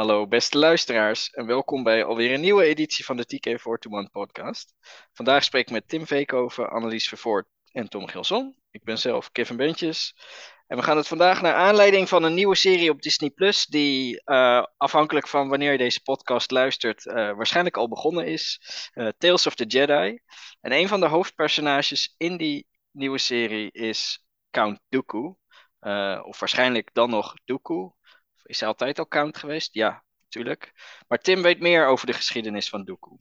Hallo beste luisteraars en welkom bij alweer een nieuwe editie van de TK421 podcast. Vandaag spreek ik met Tim Veekhoven, Annelies Vervoort en Tom Gilson. Ik ben zelf Kevin Bentjes. En we gaan het vandaag naar aanleiding van een nieuwe serie op Disney Plus, die afhankelijk van wanneer je deze podcast luistert, waarschijnlijk al begonnen is. Tales of the Jedi. En een van de hoofdpersonages in die nieuwe serie is Count Dooku. Of waarschijnlijk dan nog Dooku. Is hij altijd al Count geweest? Ja, natuurlijk. Maar Tim weet meer over de geschiedenis van Dooku.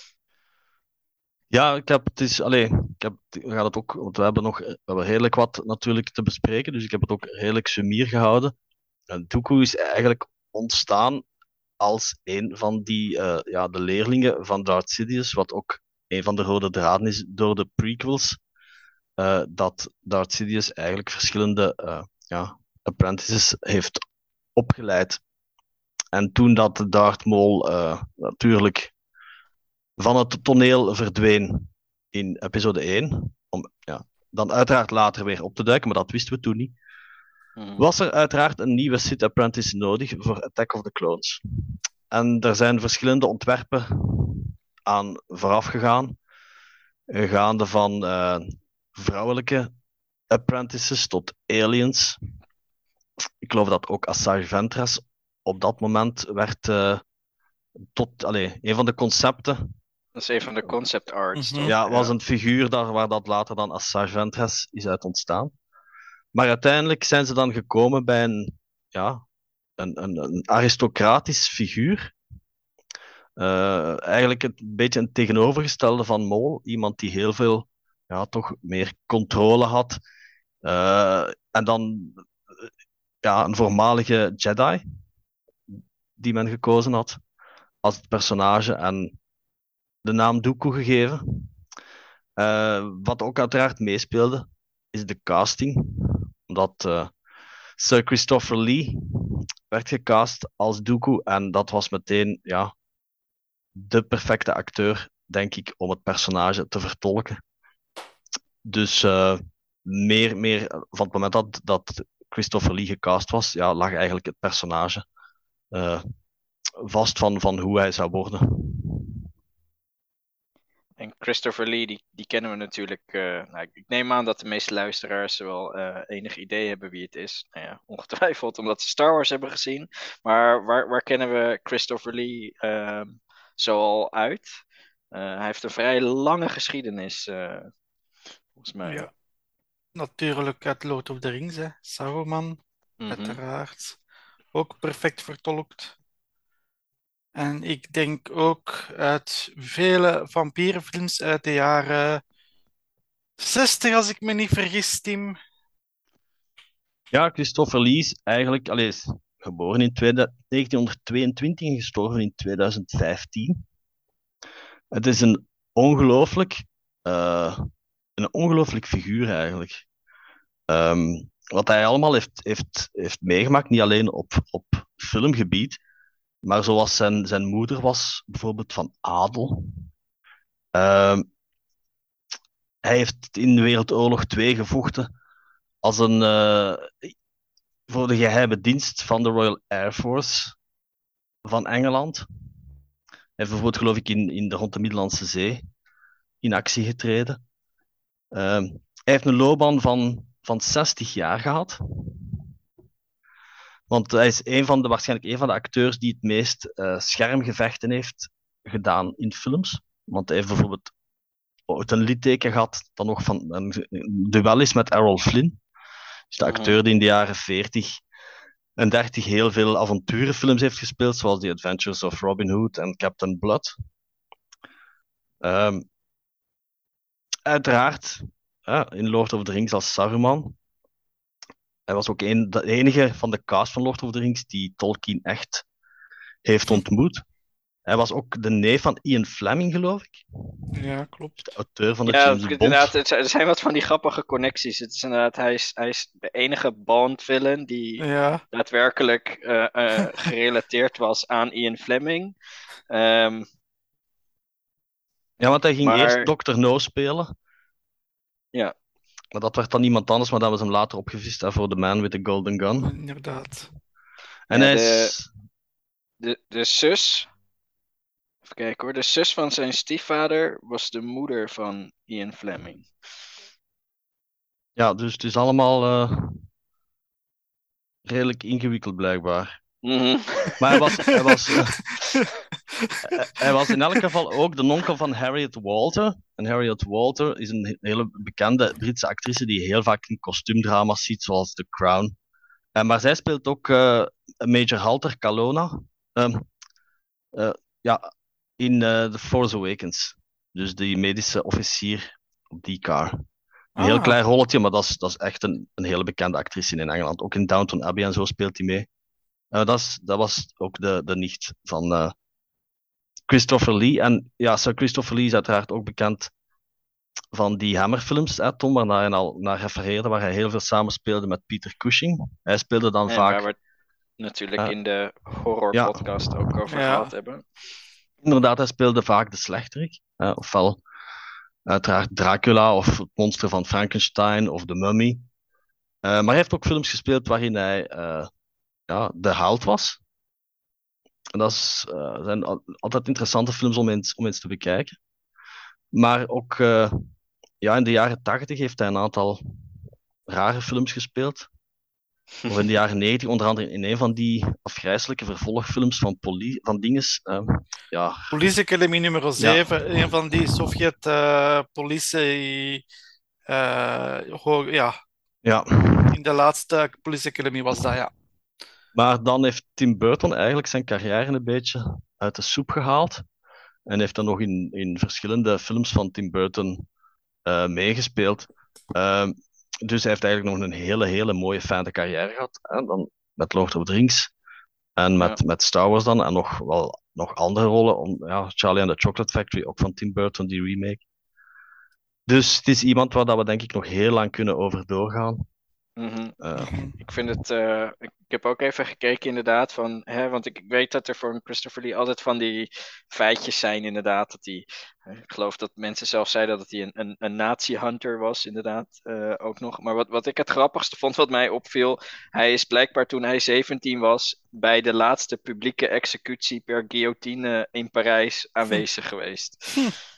Ja, ik heb het is, allee, we gaan het ook, want we hebben redelijk wat natuurlijk te bespreken, dus ik heb het ook redelijk sumier gehouden. En Dooku is eigenlijk ontstaan als een van die, de leerlingen van Darth Sidious, wat ook een van de rode draden is door de prequels, dat Darth Sidious eigenlijk verschillende, apprentices heeft opgeleid. En toen dat Darth Maul, natuurlijk van het toneel verdween in episode 1, om dan uiteraard later weer op te duiken, maar dat wisten we toen niet, was er uiteraard een nieuwe Sith Apprentice nodig voor Attack of the Clones. En er zijn verschillende ontwerpen aan vooraf gegaan, gaande van vrouwelijke apprentices tot aliens. Ik geloof dat ook Asajj Ventress op dat moment werd een van de concepten. Dat is een van de concept arts, toch? Ja, was een figuur daar, waar dat later dan Asajj Ventress is uit ontstaan. Maar uiteindelijk zijn ze dan gekomen bij een aristocratisch figuur. Eigenlijk een beetje een tegenovergestelde van Maul. Iemand die heel veel, toch meer controle had. En dan een voormalige Jedi die men gekozen had als het personage en de naam Dooku gegeven. Wat ook uiteraard meespeelde, is de casting. Omdat Sir Christopher Lee werd gecast als Dooku. En dat was meteen de perfecte acteur, denk ik, om het personage te vertolken. Dus meer van het moment dat Christopher Lee gecast was, lag eigenlijk het personage vast van hoe hij zou worden. En Christopher Lee, die kennen we natuurlijk. Ik neem aan dat de meeste luisteraars wel enig idee hebben wie het is. Nou ja, ongetwijfeld omdat ze Star Wars hebben gezien. Maar waar kennen we Christopher Lee zoal uit? Hij heeft een vrij lange geschiedenis, volgens mij. Ja, natuurlijk uit Lord of the Rings, hè. Saruman, Mhm. uiteraard. Ook perfect vertolkt. En ik denk ook uit vele vampierenfilms uit de jaren 60, als ik me niet vergis, Tim. Ja, Christopher Lee is eigenlijk is geboren in 1922 en gestorven in 2015. Het is ongelooflijk, uh, een ongelooflijk figuur eigenlijk. Wat hij allemaal heeft meegemaakt, niet alleen op filmgebied, maar zoals zijn moeder was bijvoorbeeld van adel. Ehm, Hij heeft in Wereldoorlog 2 gevochten als voor de geheime dienst van de Royal Air Force van Engeland. Hij heeft bijvoorbeeld, geloof ik, rond de Middellandse Zee in actie getreden. Hij heeft een loopbaan van 60 jaar gehad. Want hij is waarschijnlijk een van de acteurs die het meest schermgevechten heeft gedaan in films. Want hij heeft bijvoorbeeld ooit een litteken gehad, dan nog van een duel is met Errol Flynn. Dus de acteur die in de jaren 40 en 30 heel veel avonturenfilms heeft gespeeld, zoals The Adventures of Robin Hood en Captain Blood. Uiteraard, in Lord of the Rings als Saruman. Hij was ook de enige van de cast van Lord of the Rings die Tolkien echt heeft ontmoet. Hij was ook de neef van Ian Fleming, geloof ik. Ja, klopt. De auteur van de Ja, James Bond. inderdaad, er zijn wat van die grappige connecties. Het is inderdaad, hij is de enige Bond-villain die Ja, daadwerkelijk gerelateerd was aan Ian Fleming. Ja, want hij ging eerst Maar Dr. No spelen. ja, Maar dat werd dan iemand anders, maar dat was hem later opgevist voor The Man with the Golden Gun. inderdaad. En ja hij is... de zus, even kijken hoor, de zus van zijn stiefvader was de moeder van Ian Fleming. Ja, dus het is allemaal redelijk ingewikkeld blijkbaar. Mhm. Maar hij was in elk geval ook de nonkel van Harriet Walter. En Harriet Walter is een hele bekende Britse actrice die je heel vaak in kostuumdrama's ziet, zoals The Crown. Maar zij speelt ook Major Halter Kalona. Ehm, eh, ja, in The Force Awakens. Dus die medische officier op die car. Een heel Ah, klein rolletje, maar dat is echt een hele bekende actrice in Engeland. Ook in Downton Abbey en zo speelt hij mee. Dat was ook de nicht van Christopher Lee. En ja, Sir Christopher Lee is uiteraard ook bekend van die Hammer-films, hè, Tom, waar hij al naar refereerde, waar hij heel veel samenspeelde met Peter Cushing. Hij speelde dan En waar we vaak, het natuurlijk eh, in de horror ja, podcast ook over ja. gehad hebben. inderdaad, hij speelde vaak de slechterik. Ofwel uiteraard Dracula of het monster van Frankenstein of de Mummy. Maar hij heeft ook films gespeeld waarin hij ja, de held was. En zijn altijd interessante films om eens te bekijken. Maar ook ja, in de jaren 80 heeft hij een aantal rare films gespeeld. Of in de jaren 90, onder andere in een van die afgrijselijke vervolgfilms van Dinges. Ja, Police Academy nummer ja, 7, een van die Sovjet politie. Ja, ja. in de laatste Police Academy was dat, ja. Maar dan heeft Tim Burton eigenlijk zijn carrière een beetje uit de soep gehaald. En heeft dan nog in verschillende films van Tim Burton meegespeeld. Ehm, dus hij heeft eigenlijk nog een hele mooie fijne carrière gehad. En dan met Lord of the Rings en Ja. met Star Wars dan. En nog andere rollen. Ja, Charlie and the Chocolate Factory, ook van Tim Burton, die remake. Dus het is iemand waar dat we denk ik nog heel lang kunnen over doorgaan. Mhm. Mhm. Ik vind het. Ik heb ook even gekeken, inderdaad. Want ik weet dat er voor Christopher Lee altijd van die feitjes zijn, inderdaad. Ik geloof dat mensen zelf zeiden dat hij een nazi-hunter was, inderdaad. Ook nog. Maar wat ik het grappigste vond, wat mij opviel. Hij is blijkbaar toen hij 17 was. Bij de laatste publieke executie per guillotine in Parijs aanwezig geweest.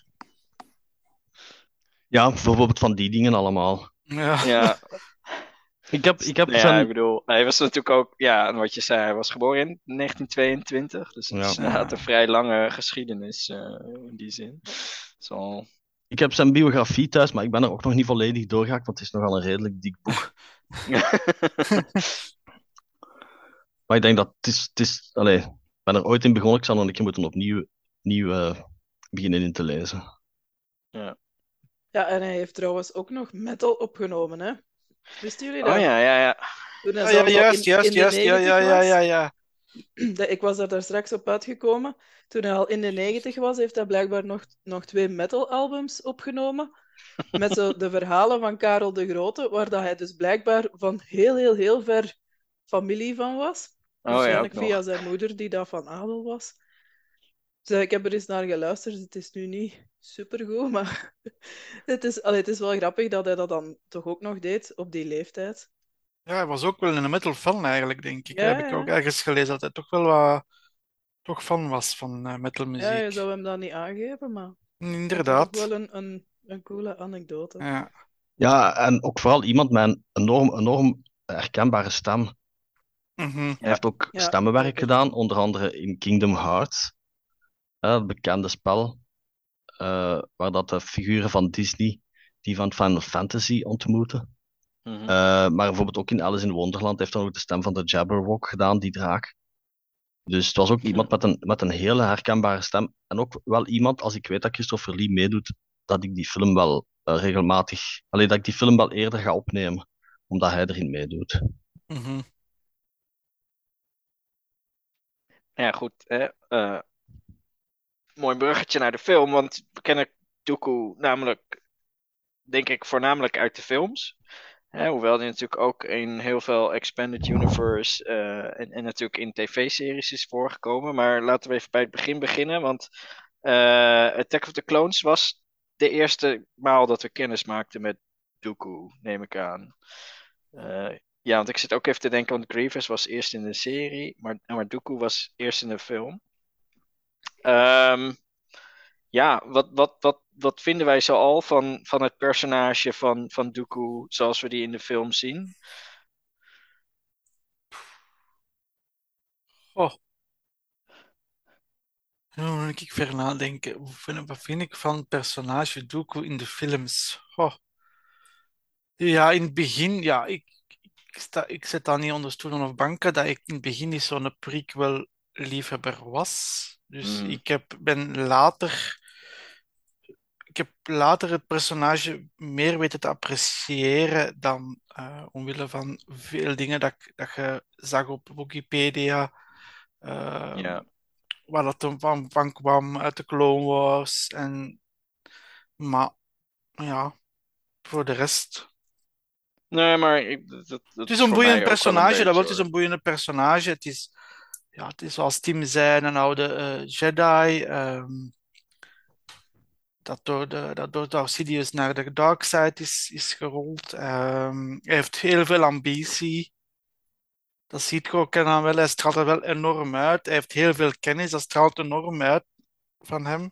Ja, bijvoorbeeld van die dingen allemaal. Ja. Ja, Ik heb nou ja, ik zijn... bedoel, hij was natuurlijk ook, ja, wat je zei, hij was geboren in 1922, dus Ja. hij had een vrij lange geschiedenis in die zin. Zo. Ik heb zijn biografie thuis, maar ik ben er ook nog niet volledig doorgehaakt, want het is nogal een redelijk dik boek. Maar ik denk dat allee, ik ben er ooit in begonnen, ik zal nog een keer moeten opnieuw beginnen in te lezen. Ja. Ja, en hij heeft trouwens ook nog metal opgenomen, hè? Wisten jullie Oh dat? ja, ja, ja. Toen hij Ah, ja, zelfs al juist, in juist, de juist. Ja, 90 ja, ja, was. ja, ja. Ik was daar straks op uitgekomen. Toen hij al in de 90 was, heeft hij blijkbaar nog 2 metal-albums opgenomen. Met zo de verhalen van Karel de Grote, waar dat hij dus blijkbaar van heel ver familie van was. Oh ja, ook Waarschijnlijk via nog. zijn moeder, die dat van adel was. Dus ik heb er eens naar geluisterd. Het is nu niet supergoed, maar het is wel grappig dat hij dat dan toch ook nog deed op die leeftijd. Ja, hij was ook wel een metal fan eigenlijk, denk ik. Ja, Heb ik ook ergens gelezen dat hij toch wel wat toch fan was van ja, je metalmuziek. zou hem dat niet aangeven, maar ik vond dat toch Inderdaad. wel een coole anekdote. Ja. Ja, en ook vooral iemand met een enorm herkenbare stem. Mhm. Hij Ja. heeft ook Ja, stemmenwerk zeker. gedaan, onder andere in Kingdom Hearts, het bekende spel, waar dat de figuren van Disney die van Final Fantasy ontmoeten. Mhm. Maar bijvoorbeeld ook in Alice in Wonderland heeft hij ook de stem van de Jabberwock gedaan, die draak. Dus het was ook iemand met een hele herkenbare stem. En ook wel iemand, als ik weet dat Christopher Lee meedoet, dat ik die film wel regelmatig... Alleen dat ik die film wel eerder ga opnemen, omdat hij erin meedoet. Mhm. Ja, goed. Mooi bruggetje naar de film, want we kennen Dooku namelijk, denk ik, voornamelijk uit de films. Hoewel die natuurlijk ook in heel veel Expanded Universe en natuurlijk in tv-series is voorgekomen. Maar laten we even bij het begin beginnen, want Attack of the Clones was de eerste maal dat we kennis maakten met Dooku, neem ik aan. Ja, want ik zit ook even te denken, want Grievous was eerst in de serie, maar Dooku was eerst in de film. Ehm, ja, wat vinden wij zo al van het personage van Dooku zoals we die in de film zien? Oh, nu moet ik verder nadenken. Wat vind ik van het personage Dooku in de films? Oh. Ja, in het begin, ja, ik zit daar niet onder stoelen of banken, dat ik in het begin niet zo'n prequel-liefhebber was. Dus Mhm. ik heb later het personage meer weten te appreciëren dan omwille van veel dingen dat je zag op Wikipedia, Ja. waar dat dan van kwam uit de Clone Wars. Maar ja, voor de rest. Nee, maar dat Het is is een voor boeiend mij ook wel een personage, dat wel, beetje het is hoor. een boeiende personage. Het is zoals Tim zei, een oude Jedi. Dat door Darth Sidious naar de dark side is gerold. Hij heeft heel veel ambitie. Dat ziet je ook aan wel. Hij straalt er wel enorm uit. Hij heeft heel veel kennis. Dat straalt enorm uit van hem.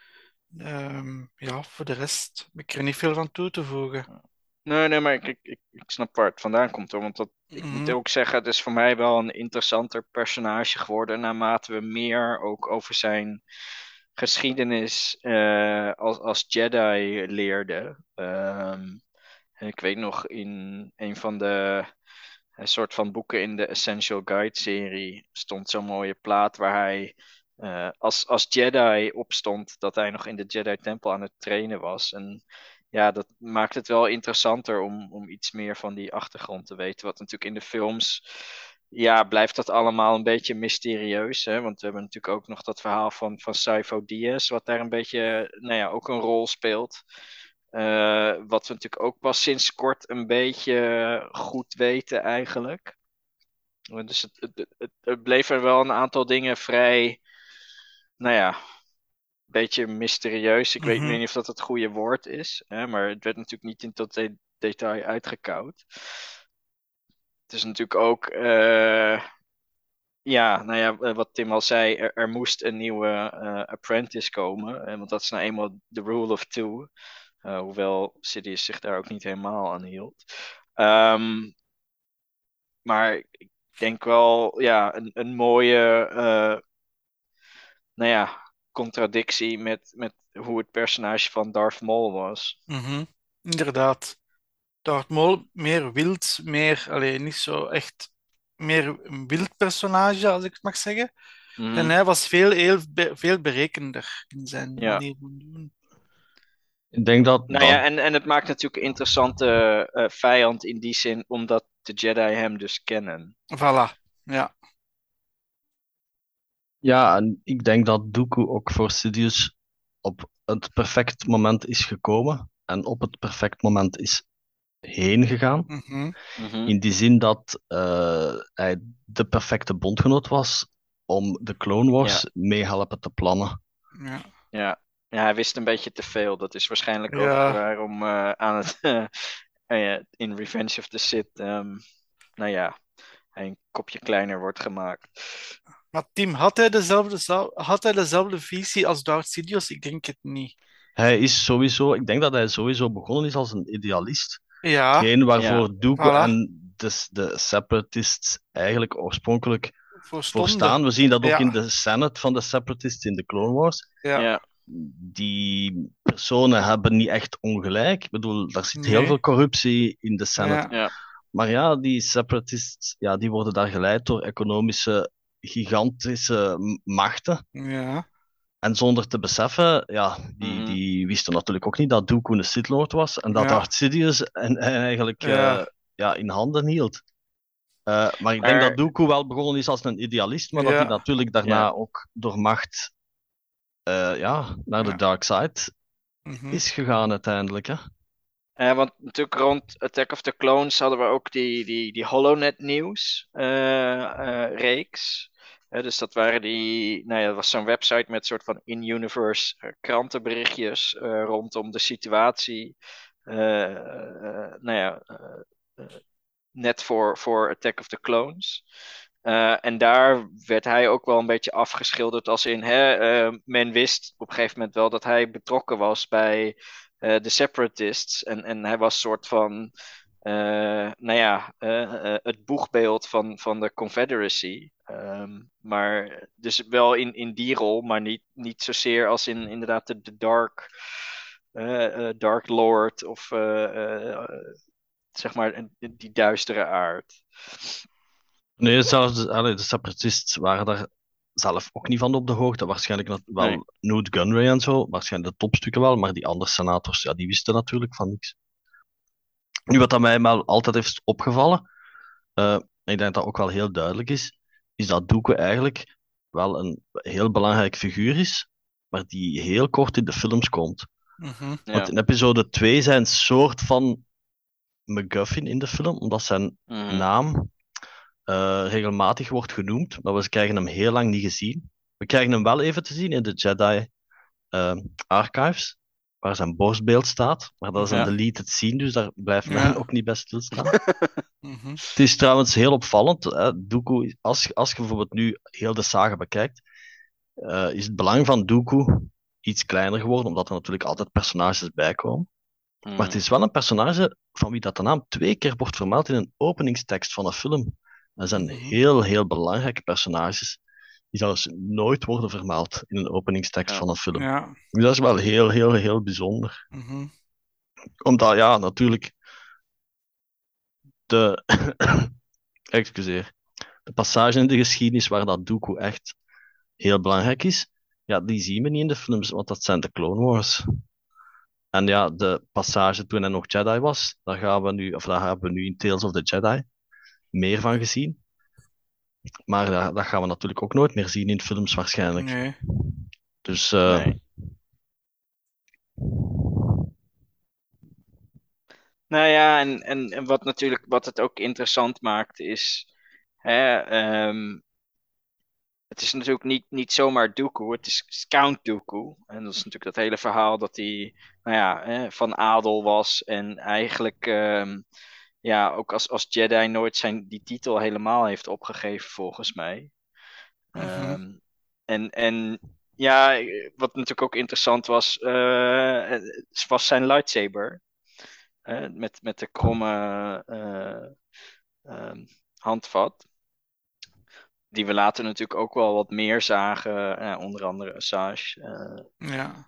Ja, voor de rest heb ik er niet veel van toe te voegen. Nee, maar ik snap waar het vandaan komt hoor. Want ik moet Mhm, ook zeggen, het is voor mij wel een interessanter personage geworden naarmate we meer ook over zijn geschiedenis als Jedi leerden. En ik weet nog in een van de een soort van boeken in de Essential Guide serie stond zo'n mooie plaat waar hij als Jedi opstond, dat hij nog in de Jedi Tempel aan het trainen was. En ja, dat maakt het wel interessanter om iets meer van die achtergrond te weten. Wat natuurlijk in de films, ja, blijft dat allemaal een beetje mysterieus. Hè? Want we hebben natuurlijk ook nog dat verhaal van Sifo Dyas, wat daar een beetje, nou ja, ook een rol speelt. Wat we natuurlijk ook pas sinds kort een beetje goed weten eigenlijk. Dus het bleef er wel een aantal dingen vrij, nou ja, een beetje mysterieus. Ik weet mhm. niet of dat het goede woord is, hè, maar het werd natuurlijk niet in tot detail uitgekoud. Het is natuurlijk ook, ja, nou ja, wat Tim al zei, er moest een nieuwe apprentice komen. Want dat is nou eenmaal de rule of two. Hoewel Sidious zich daar ook niet helemaal aan hield. Ehm, maar ik denk wel, ja, een mooie, nou ja, contradictie met hoe het personage van Darth Maul was. Mhm. Inderdaad. Darth Maul meer wild, meer, alleen niet zo echt, meer een wild personage, als ik het mag zeggen. En Mhm. hij was veel berekender in zijn Ja. manier van doen. Ik denk dat Nou dat ja, en het maakt natuurlijk een interessante vijand in die zin, omdat de Jedi hem dus kennen. Voilà, ja. Ja, en ik denk dat Dooku ook voor Sidious op het perfect moment is gekomen en op het perfect moment is heen gegaan. Mhm, Mhm. In die zin dat hij de perfecte bondgenoot was om de Clone Wars mee helpen te plannen. ja. Ja. Ja, hij wist een beetje te veel. Dat is waarschijnlijk ook Ja, waarom aan het in Revenge of the Sith, nou ja, hij een kopje kleiner wordt gemaakt. maar Tim, had hij dezelfde visie als Darth Sidious? Ik denk het niet. Hij is sowieso, ik denk dat hij sowieso begonnen is als een idealist. Ja, Hetgeen Ja, waarvoor Dooku voilà, en de Separatists eigenlijk oorspronkelijk voor voor stonden. staan. We zien dat ook in Ja, de Senate van de Separatists in de Clone Wars. ja, ja, Die personen hebben niet echt ongelijk. Ik bedoel, daar zit heel nee, veel corruptie in de Senate. ja, ja. Maar ja, die separatists, ja, die worden daar geleid door economische, gigantische machten. ja, En zonder te beseffen, ja, Mhm. die wisten natuurlijk ook niet dat Dooku een Sith Lord was en dat ja, Darth Sidious en eigenlijk ja, ja, in handen hield. Maar ik denk dat Maar Dooku wel begonnen is als een idealist, maar dat hij ja, natuurlijk ja, daarna ook door macht ja, naar de ja. dark side Mhm, is gegaan uiteindelijk. Hè? want natuurlijk rond Attack of the Clones hadden we ook die HoloNet nieuws reeks. Dus dat waren nou ja, dat was zo'n website met soort van in-universe krantenberichtjes rondom de situatie. Nou ja, net voor Attack of the Clones. En daar werd hij ook wel een beetje afgeschilderd als in, men wist op een gegeven moment wel dat hij betrokken was bij de Separatists. En hij was een soort van, het boegbeeld van de Confederacy. Maar dus wel in die rol, maar niet zozeer als in inderdaad de Dark Lord of zeg maar die duistere aard. Nee, zelfs de separatists waren daar zelf ook niet van op de hoogte. Waarschijnlijk wel Nee. Newt Gunray en zo, waarschijnlijk de topstukken wel, maar die andere senators, ja, die wisten natuurlijk van niks. Nu, wat dat mij wel altijd heeft opgevallen, en ik denk dat dat ook wel heel duidelijk is dat Dooku eigenlijk wel een heel belangrijk figuur is, maar die heel kort in de films komt. Mhm. Ja. Want in episode 2 zijn soort van MacGuffin in de film, omdat zijn Mhm. naam regelmatig wordt genoemd, maar we krijgen hem heel lang niet gezien. We krijgen hem wel even te zien in de Jedi Archives, waar zijn borstbeeld staat, maar dat is een Ja. deleted scene, dus daar blijft men Ja. ook niet bij stilstaan. Mhm. Het is trouwens heel opvallend, Dooku, als je bijvoorbeeld nu heel de saga bekijkt, is het belang van Dooku iets kleiner geworden, omdat er natuurlijk altijd personages bij komen. Mhm. Maar het is wel een personage van wie dat de naam 2 keer wordt vermeld in een openingstekst van een film. Dat zijn Mhm. heel, heel belangrijke personages die zelfs nooit worden vermeld in een openingstekst Ja. van een film. Ja. Dus dat is wel heel, heel, heel bijzonder. Mhm. Omdat, ja, natuurlijk de... Excuseer. De passage in de geschiedenis waar dat Dooku echt heel belangrijk is, ja, die zien we niet in de films, want dat zijn de Clone Wars. En ja, de passage toen hij nog Jedi was, daar hebben we nu in Tales of the Jedi meer van gezien. Maar dat gaan we natuurlijk ook nooit meer zien in films waarschijnlijk. Nee. Dus Nee. Nou ja, en wat het ook interessant maakt is, het is natuurlijk niet zomaar Dooku, het is Count Dooku. En dat is natuurlijk dat hele verhaal dat hij, nou ja, van adel was en eigenlijk, ja, ook als Jedi nooit die titel helemaal heeft opgegeven volgens mij. Mhm. En ja, wat natuurlijk ook interessant was, was zijn lightsaber. Met de kromme handvat. Die we later natuurlijk ook wel wat meer zagen. Onder andere Asajj. Ja.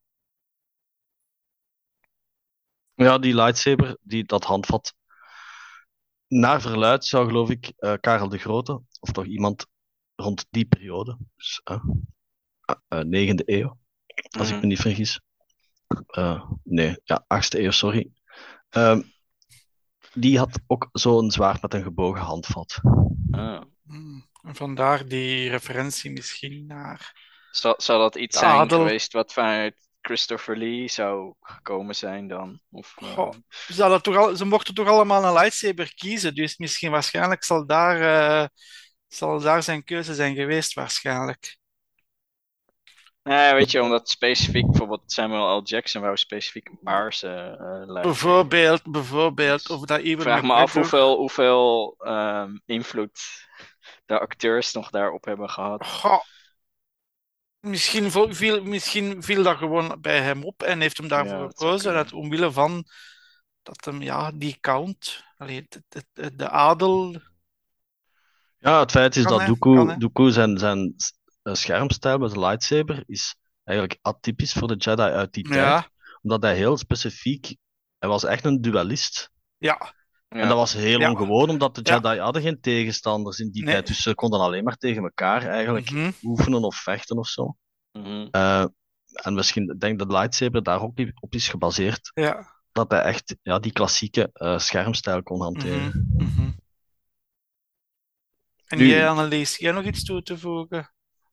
ja, die lightsaber, dat handvat, naar verluidt zou geloof ik Karel de Grote, of toch iemand rond die periode, dus 9e eeuw, als ik me niet vergis. Nee, ja, 8e eeuw, sorry. Die had ook zo'n zwaard met een gebogen handvat. En vandaar die referentie misschien naar Zou dat iets de zijn adel. geweest wat vanuit Christopher Lee zou gekomen zijn dan? Of, Goh, ze mochten toch allemaal een lightsaber kiezen, dus misschien waarschijnlijk zal daar zijn keuze zijn geweest, waarschijnlijk. nee, weet je, omdat specifiek bijvoorbeeld Samuel L. Jackson wou specifiek een paarse lightsaber. Bijvoorbeeld, of dat Ik Ewan vraag me af McGregor... hoeveel invloed de acteurs nog daarop hebben gehad. Goh, misschien viel dat gewoon bij hem op en heeft hem daarvoor Ja, dat zou gekozen, kunnen. omwille van dat hem, ja, die count, de adel... Ja, het feit is Kan, dat hè, kan, hè. Dooku zijn schermstijl met de lightsaber is eigenlijk atypisch voor de Jedi uit die tijd. Ja, Omdat hij heel specifiek... Hij was echt een dualist. ja, En dat was heel Ja. ongewoon, omdat de Ja. Jedi hadden geen tegenstanders in die Nee. tijd. Dus ze konden alleen maar tegen elkaar eigenlijk Mhm. oefenen of vechten of zo. Mhm. En misschien denk ik dat de lightsaber daar ook op is gebaseerd. Ja. Dat hij echt die klassieke schermstijl kon hanteren. Mhm. Mhm. En Nu- jij, Annelies, jij nog iets toe te voegen?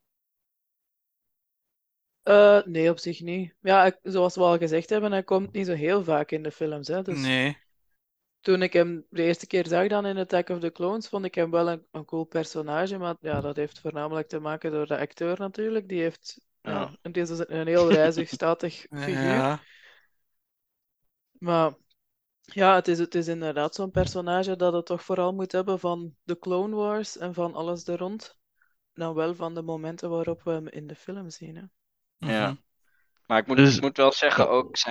Nee, op zich niet. Ja, zoals we al gezegd hebben, hij komt niet zo heel vaak in de films. Hè. Dus Nee. toen ik hem de eerste keer zag dan in Attack of the Clones, vond ik hem wel een cool personage. Maar ja, dat heeft voornamelijk te maken door de acteur natuurlijk. Die heeft, Ja. het is een heel rijzig, statig figuur. Ja. Maar Ja, het is inderdaad zo'n personage dat het toch vooral moet hebben van de Clone Wars en van alles er rond. Dan wel van de momenten waarop we hem in de film zien. Hè. Ja. Mhm. Maar ik Dus, moet wel zeggen, ja, ook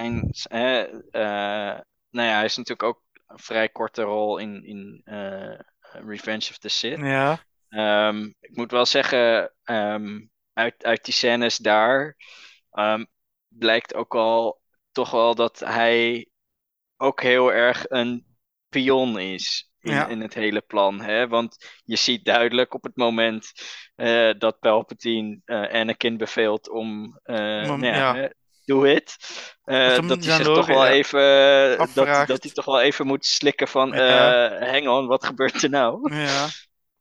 nou ja, hij is natuurlijk ook een vrij korte rol in Revenge of the Sith. Ja, Ik moet wel zeggen, uit die scènes daar ehm, blijkt ook al toch wel dat hij ook heel erg een pion is ja, in het hele plan. Hè? Want je ziet duidelijk op het moment dat Palpatine Anakin beveelt om, nou ja, ja. hè, doe het. Dat hem Dat hij zijn zich toch ogen wel even, dat hij afvraagt. toch wel even moet slikken van, Ja, hang on, wat gebeurt er nou? ja,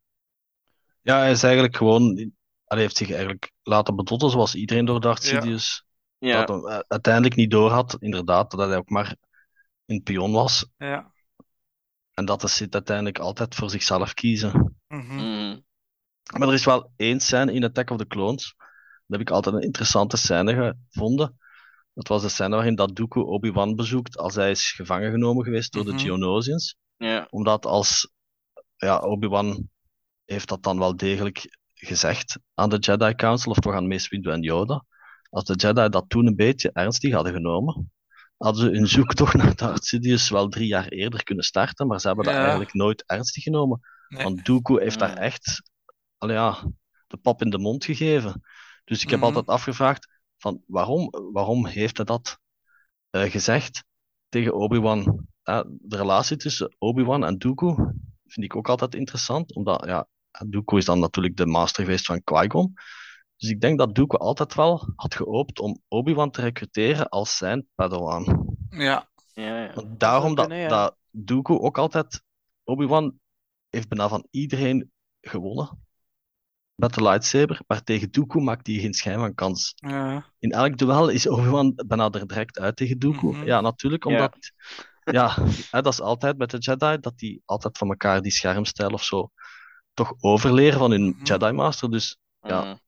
ja, hij is eigenlijk gewoon, hij heeft zich eigenlijk laten bedotten zoals iedereen door Darth ja. Sidious. Dat Ja, hij uiteindelijk niet doorhad, inderdaad, dat hij ook maar een pion was. Ja. En dat de Sith uiteindelijk altijd voor zichzelf kiezen. Mhm. mm, Maar er is wel één scène in Attack of the Clones. Dat heb ik altijd een interessante scène gevonden. Dat was de scène waarin dat Dooku Obi-Wan bezoekt als hij is gevangen genomen geweest door de Mhm. Geonosians. ja, Omdat als, ja, Obi-Wan heeft dat dan wel degelijk gezegd aan de Jedi Council, of toch aan Mace Windu en Yoda. Als de Jedi dat toen een beetje ernstig hadden genomen, hadden ze hun zoektocht naar Darth Sidious wel 3 jaar eerder kunnen starten, maar ze hebben dat Ja, eigenlijk nooit ernstig genomen. nee. Want Dooku heeft daar mm, echt, al ja, de pap in de mond gegeven. Dus ik heb Mhm. altijd afgevraagd van waarom heeft hij dat gezegd tegen Obi-Wan? De relatie tussen Obi-Wan en Dooku vind ik ook altijd interessant, omdat ja, Dooku is dan natuurlijk de master geweest van Qui-Gon. Dus ik denk dat Dooku altijd wel had gehoopt om Obi-Wan te recruteren als zijn Padawan. Ja, ja, ja. Want Dat zou daarom kunnen, ja. dat Dooku ook altijd... Obi-Wan heeft bijna van iedereen gewonnen met de lightsaber, maar tegen Dooku maakt hij geen schijn van kans. ja. In elk duel is Obi-Wan bijna er direct uit tegen Dooku. Mhm. Ja, natuurlijk, Ja. omdat... Ja, dat is altijd met de Jedi, dat die altijd van elkaar die schermstijl of zo toch overleren van hun Mhm. Jedi Master. Dus ja, mm,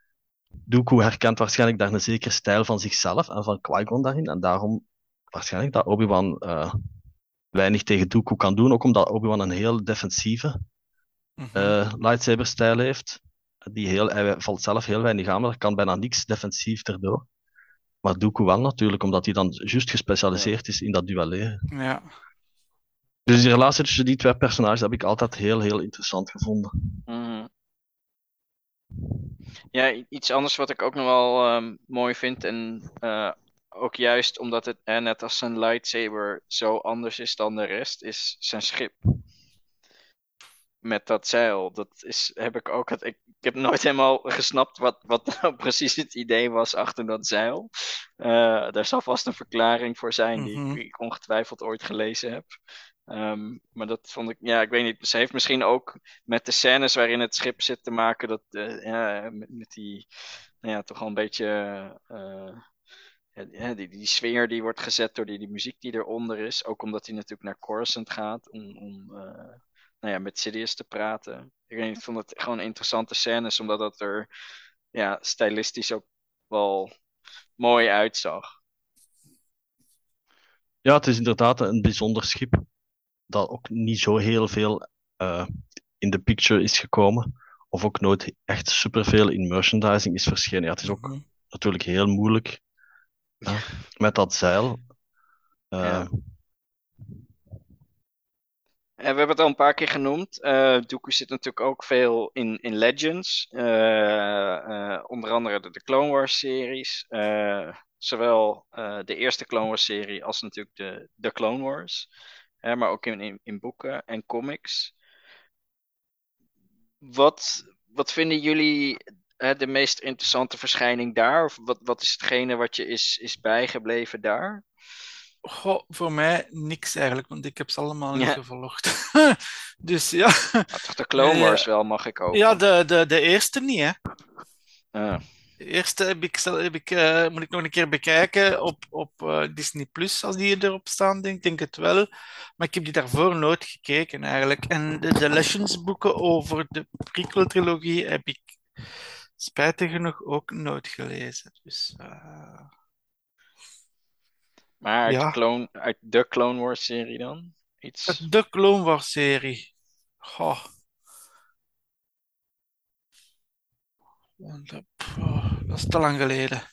Dooku herkent waarschijnlijk daar een zekere stijl van zichzelf en van Qui-Gon daarin. En daarom waarschijnlijk dat Obi-Wan weinig tegen Dooku kan doen. Ook omdat Obi-Wan een heel defensieve Mhm. lightsaber-stijl heeft. Hij valt zelf heel weinig aan, maar er kan bijna niks defensief erdoor. Maar Dooku wel natuurlijk, omdat hij dan juist gespecialiseerd is in dat duelleren. Ja. Dus die relatie tussen die twee personages heb ik altijd heel, heel interessant gevonden. mm. Ja, iets anders wat ik ook nog wel mooi vind. En ook juist omdat het net als zijn lightsaber zo anders is dan de rest, is zijn schip. Met dat zeil. Heb ik ook. Ik heb nooit helemaal gesnapt wat nou precies het idee was achter dat zeil. Daar zal vast een verklaring voor zijn die Mhm. ik ongetwijfeld ooit gelezen heb. Maar dat vond ik, ja, ik weet niet. Ze heeft misschien ook met de scènes waarin het schip zit te maken, dat, ja, met die, nou ja, toch wel een beetje, ja, die sfeer die wordt gezet door die muziek die eronder is. Ook omdat hij natuurlijk naar Coruscant gaat om nou ja, met Sidious te praten. Ik weet niet, ik vond het gewoon interessante scènes, omdat dat er ja, stylistisch ook wel mooi uitzag. Ja, het is inderdaad een bijzonder schip dat ook niet zo heel veel in de picture is gekomen. Of ook nooit echt superveel in merchandising is verschenen. Ja, het is ook Mhm. natuurlijk heel moeilijk met dat zeil. Ja. En we hebben het al een paar keer genoemd. Dooku zit natuurlijk ook veel in Legends. Onder andere de Clone Wars series. Zowel de eerste Clone Wars serie als natuurlijk de Clone Wars. Maar ook in boeken en comics. Wat vinden jullie de meest interessante verschijning daar? Of wat is hetgene wat je is bijgebleven daar? Goh, voor mij niks eigenlijk, want ik heb ze allemaal niet Ja, gevolgd. Dus ja. maar toch de Clone Wars Ja, wel, mag ik ja, hopen. de eerste niet, hè. Ah, De eerste moet ik nog een keer bekijken op Disney Plus, als die erop staan, denk het wel. Maar ik heb die daarvoor nooit gekeken eigenlijk. En de Legends boeken over de prequel-trilogie heb ik spijtig genoeg ook nooit gelezen. Dus Maar Ja, uit de Clone Wars serie dan? Iets. de Clone Wars serie. Goh, dat is te lang geleden.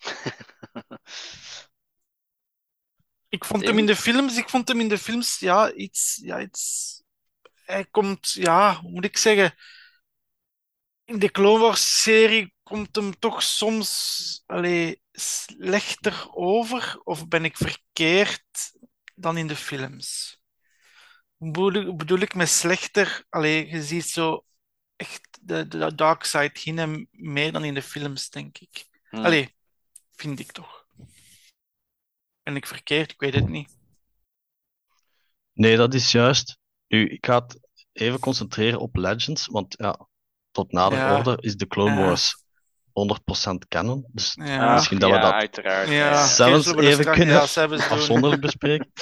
Tim? Ik vond hem in de films, iets. Hij komt, ja, hoe moet ik zeggen? In de Clone Wars-serie komt hem toch soms slechter over, of ben ik verkeerd dan in de films? Bedoel ik met slechter? Je ziet zo echt de dark side in hem meer dan in de films, denk ik. Hm. Vind ik toch. Ben ik verkeerd? Ik weet het niet. Nee, dat is juist. Nu, ik ga het even concentreren op Legends, want ja, tot nader Ja, orde is de Clone ja, Wars 100% canon. Dus ja, misschien Ach dat we ja, dat uiteraard. Ja, ja. ja. Oké, zelfs zullen we dat even straks, kunnen zelfs doen. afzonderlijk bespreken.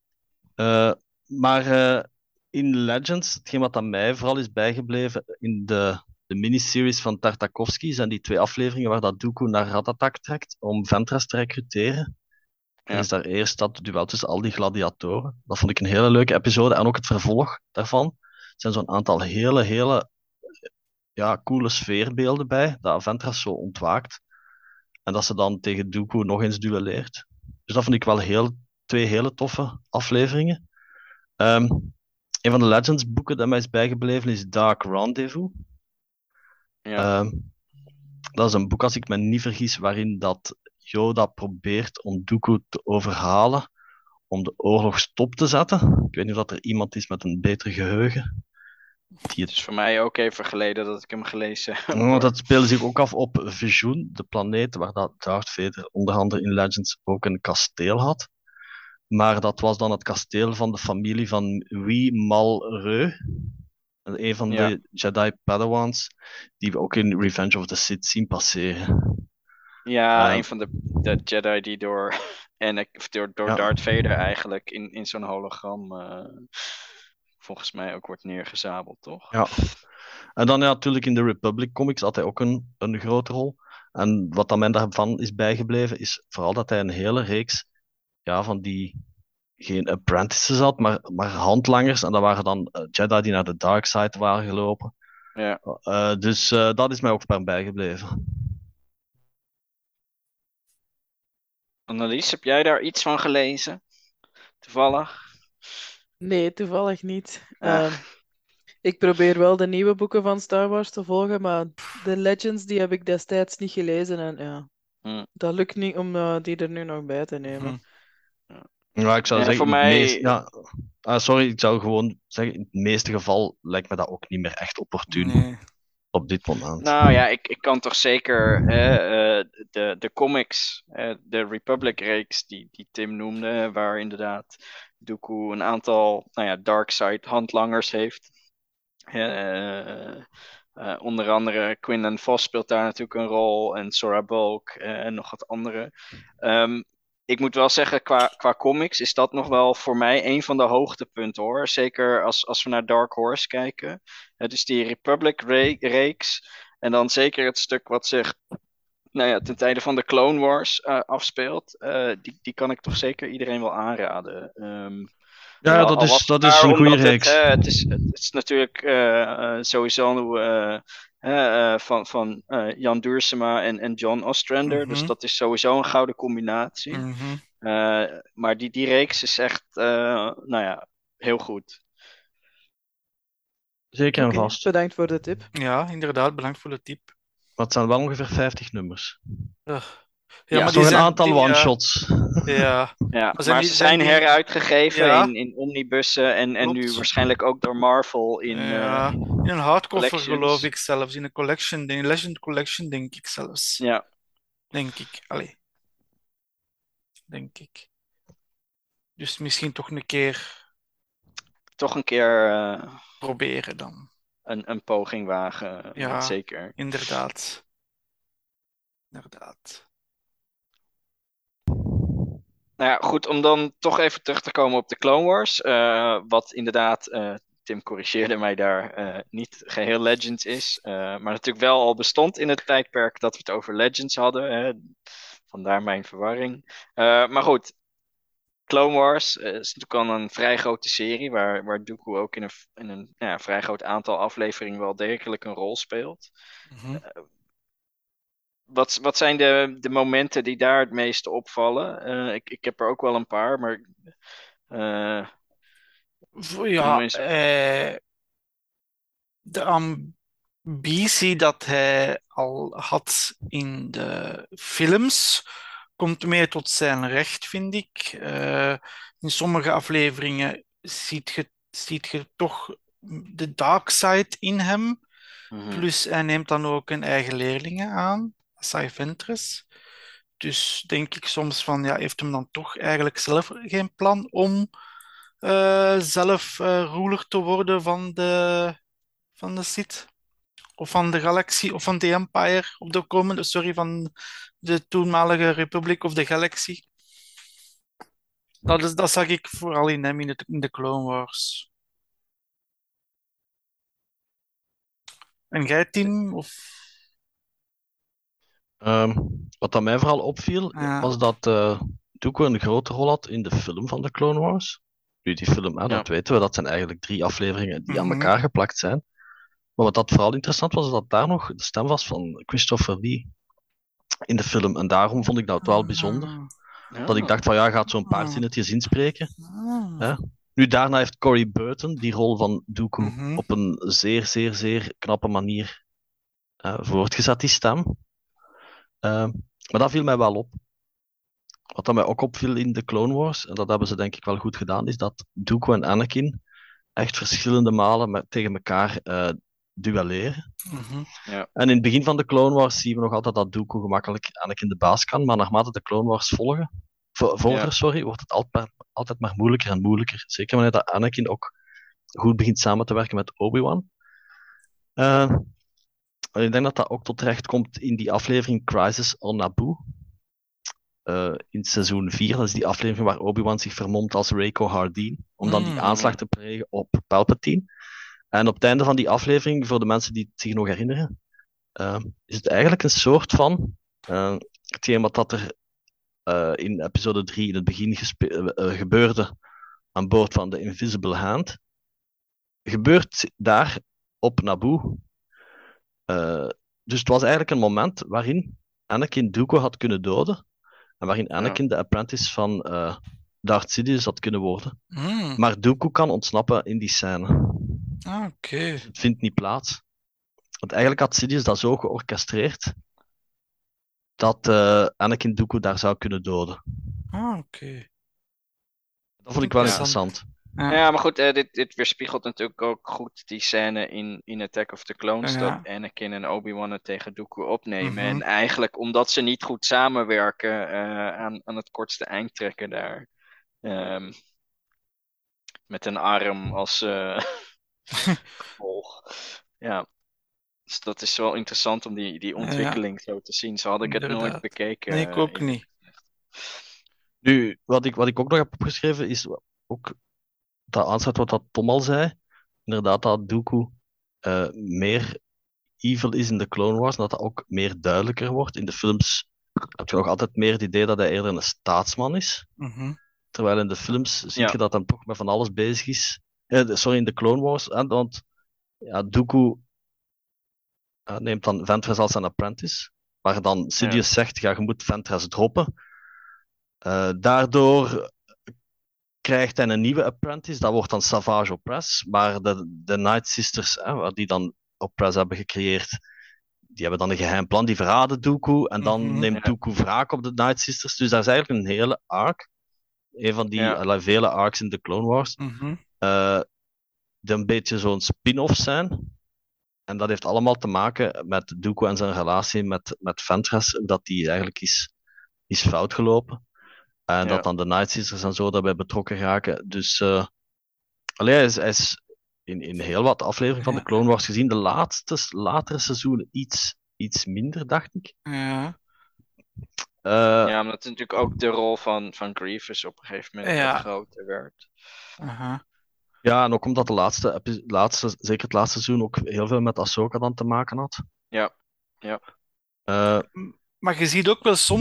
Maar in Legends, hetgeen wat aan mij vooral is bijgebleven in de miniseries van Tartakovsky, zijn die 2 afleveringen waar dat Dooku naar Ratatak trekt om Ventress te recruteren. Er Ja. is daar eerst dat duel tussen al die gladiatoren. Dat vond ik een hele leuke episode. En ook het vervolg daarvan. Er zijn zo'n aantal hele ja, coole sfeerbeelden bij, dat Ventress zo ontwaakt. En dat ze dan tegen Dooku nog eens duelleert. Dus dat vond ik wel 2 hele toffe afleveringen. Een van de Legends boeken dat mij is bijgebleven is Dark Rendezvous. Ja. Dat is een boek, als ik me niet vergis, waarin dat Yoda probeert om Dooku te overhalen om de oorlog stop te zetten. Ik weet niet of dat er iemand is met een beter geheugen. Die Het is voor mij ook even geleden dat ik hem gelezen heb. Oh, dat speelde zich ook af op Vizsla, de planeet waar dat Darth Vader onder andere in Legends ook een kasteel had. Maar dat was dan het kasteel van de familie van Wie Mal Reu. Een van Ja. de Jedi Padawans, die we ook in Revenge of the Sith zien passeren. Ja, een van de Jedi die door Ja. Darth Vader eigenlijk in zo'n hologram volgens mij ook wordt neergezabeld, toch? Ja. En dan ja, natuurlijk in de Republic Comics had hij ook een grote rol. En wat aan mij daarvan is bijgebleven, is vooral dat hij een hele reeks van die, geen apprentices had, maar handlangers. En dat waren dan Jedi die naar de dark side waren gelopen. Ja. Dus dat is mij ook bijgebleven. Annelies, heb jij daar iets van gelezen? Toevallig? Nee, toevallig niet. Ah. Ik probeer wel de nieuwe boeken van Star Wars te volgen, maar de Legends die heb ik destijds niet gelezen en ja, dat lukt niet om die er nu nog bij te nemen. Ja, ik zou Ja, zeggen, voor in het mij- meest, sorry, ik zou gewoon zeggen, in het meeste geval lijkt me dat ook niet meer echt opportun Nee. op dit moment. Nou ja, ik kan toch zeker de comics, de Republic-reeks die Tim noemde, waar inderdaad Dooku een aantal darkside handlangers heeft. Onder andere Quinlan Vos speelt daar natuurlijk een rol en Sora Bulk en nog wat andere. Ik moet wel zeggen, qua comics is dat nog wel voor mij een van de hoogtepunten hoor. Zeker als we naar Dark Horse kijken. Dus die Republic-reeks. En dan zeker het stuk wat zich ten tijde van de Clone Wars afspeelt. Die kan ik toch zeker iedereen wel aanraden. Ja, dat is een goede reeks. Het is natuurlijk sowieso van Jan Duursema en John Ostrander. Dus dat is sowieso een gouden combinatie. Maar die reeks is echt heel goed. Zeker en Oké, vast. bedankt voor de tip. Ja, inderdaad, bedankt voor de tip. Maar het zijn wel ongeveer 50 nummers. Ja, Ja, maar Nog een zijn- aantal die- one-shots. Ja, Ja, zijn maar die- ze zijn zijn die- heruitgegeven Ja. in omnibussen en nu Klopt. waarschijnlijk ook door Marvel in een hardcover collections. geloof ik zelfs, in een collection, in een Legend Collection denk ik zelfs. Ja. Denk ik, denk ik. Dus misschien toch een keer Toch een keer proberen dan. een poging wagen. Ja. Zeker. Inderdaad. Nou ja, goed, om dan toch even terug te komen op de Clone Wars. Wat inderdaad, Tim corrigeerde mij daar, niet geheel Legends is. Maar natuurlijk wel al bestond in het tijdperk dat we het over Legends hadden. Vandaar mijn verwarring. Maar goed, Clone Wars is natuurlijk al een vrij grote serie, waar Dooku ook in een vrij groot aantal afleveringen wel degelijk een rol speelt. Mhm. Wat zijn de momenten die daar het meeste opvallen? Ik heb er ook wel een paar, maar noem Ja, eens. de ambitie dat hij al had in de films komt meer tot zijn recht, vind ik. In sommige afleveringen ziet je toch de dark side in hem. Mhm. Plus hij neemt dan ook een eigen leerlingen aan, Sai Ventress. Dus denk ik soms van, ja, heeft hem dan toch eigenlijk zelf geen plan om zelf ruler te worden van de Sith? Of van de Galaxie, of van de Empire, of de komende, sorry, van de toenmalige Republiek of de Galaxie. Dat zag ik vooral in hem in de Clone Wars. En jij, Tim? Of... Ehm, wat aan mij vooral opviel, Ja. was dat Dooku een grote rol had in de film van de Clone Wars. Nu, die film, Ja. dat weten we, dat zijn eigenlijk 3 afleveringen die aan Mhm. elkaar geplakt zijn. Maar wat dat vooral interessant was, is dat daar nog de stem was van Christopher Lee in de film. En daarom vond ik dat wel bijzonder. Dat ik dacht van, ja, hij gaat zo'n paar zinnetjes inspreken. Hè? Nu, daarna heeft Corey Burton die rol van Dooku Mhm. op een zeer, zeer, zeer knappe manier voortgezet, die stem. Maar dat viel mij wel op. Wat dat mij ook opviel in de Clone Wars, en dat hebben ze denk ik wel goed gedaan, is dat Dooku en Anakin echt verschillende malen tegen elkaar duelleren. Mhm. Ja. En in het begin van de Clone Wars zien we nog altijd dat Dooku gemakkelijk Anakin de baas kan, maar naarmate de Clone Wars volgen, wordt het altijd maar moeilijker en moeilijker. Zeker wanneer dat Anakin ook goed begint samen te werken met Obi-Wan. Ik denk dat dat ook tot terecht komt in die aflevering Crisis on Naboo. In seizoen 4, dat is die aflevering waar Obi-Wan zich vermomt als Reiko Hardeen, om dan die aanslag te plegen op Palpatine. En op het einde van die aflevering, voor de mensen die het zich nog herinneren, is het eigenlijk een soort van hetgeen wat dat er in episode 3 in het begin gebeurde aan boord van de Invisible Hand, gebeurt daar op Naboo. Dus het was eigenlijk een moment waarin Anakin Dooku had kunnen doden en waarin Anakin de apprentice van Darth Sidious had kunnen worden. Maar Dooku kan ontsnappen in die scène. Oké. Het vindt niet plaats. Want eigenlijk had Sidious dat zo georchestreerd dat Anakin Dooku daar zou kunnen doden. Oké. Dat vond ik wel interessant. Ja, maar goed, dit weerspiegelt natuurlijk ook goed die scène in Attack of the Clones, dat Anakin en Obi-Wan het tegen Dooku opnemen. En eigenlijk, omdat ze niet goed samenwerken, aan het kortste eind trekken daar. Met een arm als gevolg. Ja. Dus dat is wel interessant om die ontwikkeling zo te zien. Zo had ik het nooit bekeken. Nee, ik ook niet. Nu, wat ik ook nog heb opgeschreven, is ook dat aansluit wat dat Tom al zei. Inderdaad, dat Dooku meer evil is in de Clone Wars, en dat ook meer duidelijker wordt. In de films heb je nog altijd meer het idee dat hij eerder een staatsman is. Terwijl in de films zie je dat hij toch met van alles bezig is. In de Clone Wars. Want Dooku neemt dan Ventress als zijn apprentice. Maar dan Sidious zegt, je moet Ventress droppen. Daardoor krijgt hij een nieuwe apprentice, dat wordt dan Savage Opress, maar de Night Sisters, die dan Opress hebben gecreëerd, die hebben dan een geheim plan, die verraden Dooku, en dan neemt Dooku wraak op de Night Sisters, dus daar is eigenlijk een hele arc, een van die vele arcs in de Clone Wars, die een beetje zo'n spin-off zijn, en dat heeft allemaal te maken met Dooku en zijn relatie met Ventress, dat die eigenlijk is fout gelopen. En dat dan de Night Sisters en zo daarbij betrokken raken. Dus hij is in heel wat afleveringen van de Clone Wars gezien. De latere seizoenen iets minder, dacht ik. Ja, maar dat is natuurlijk ook de rol van Grievous op een gegeven moment wat groter werd. Ja, en ook omdat zeker het laatste seizoen ook heel veel met Ahsoka dan te maken had. Ja. Maar je ziet ook wel soms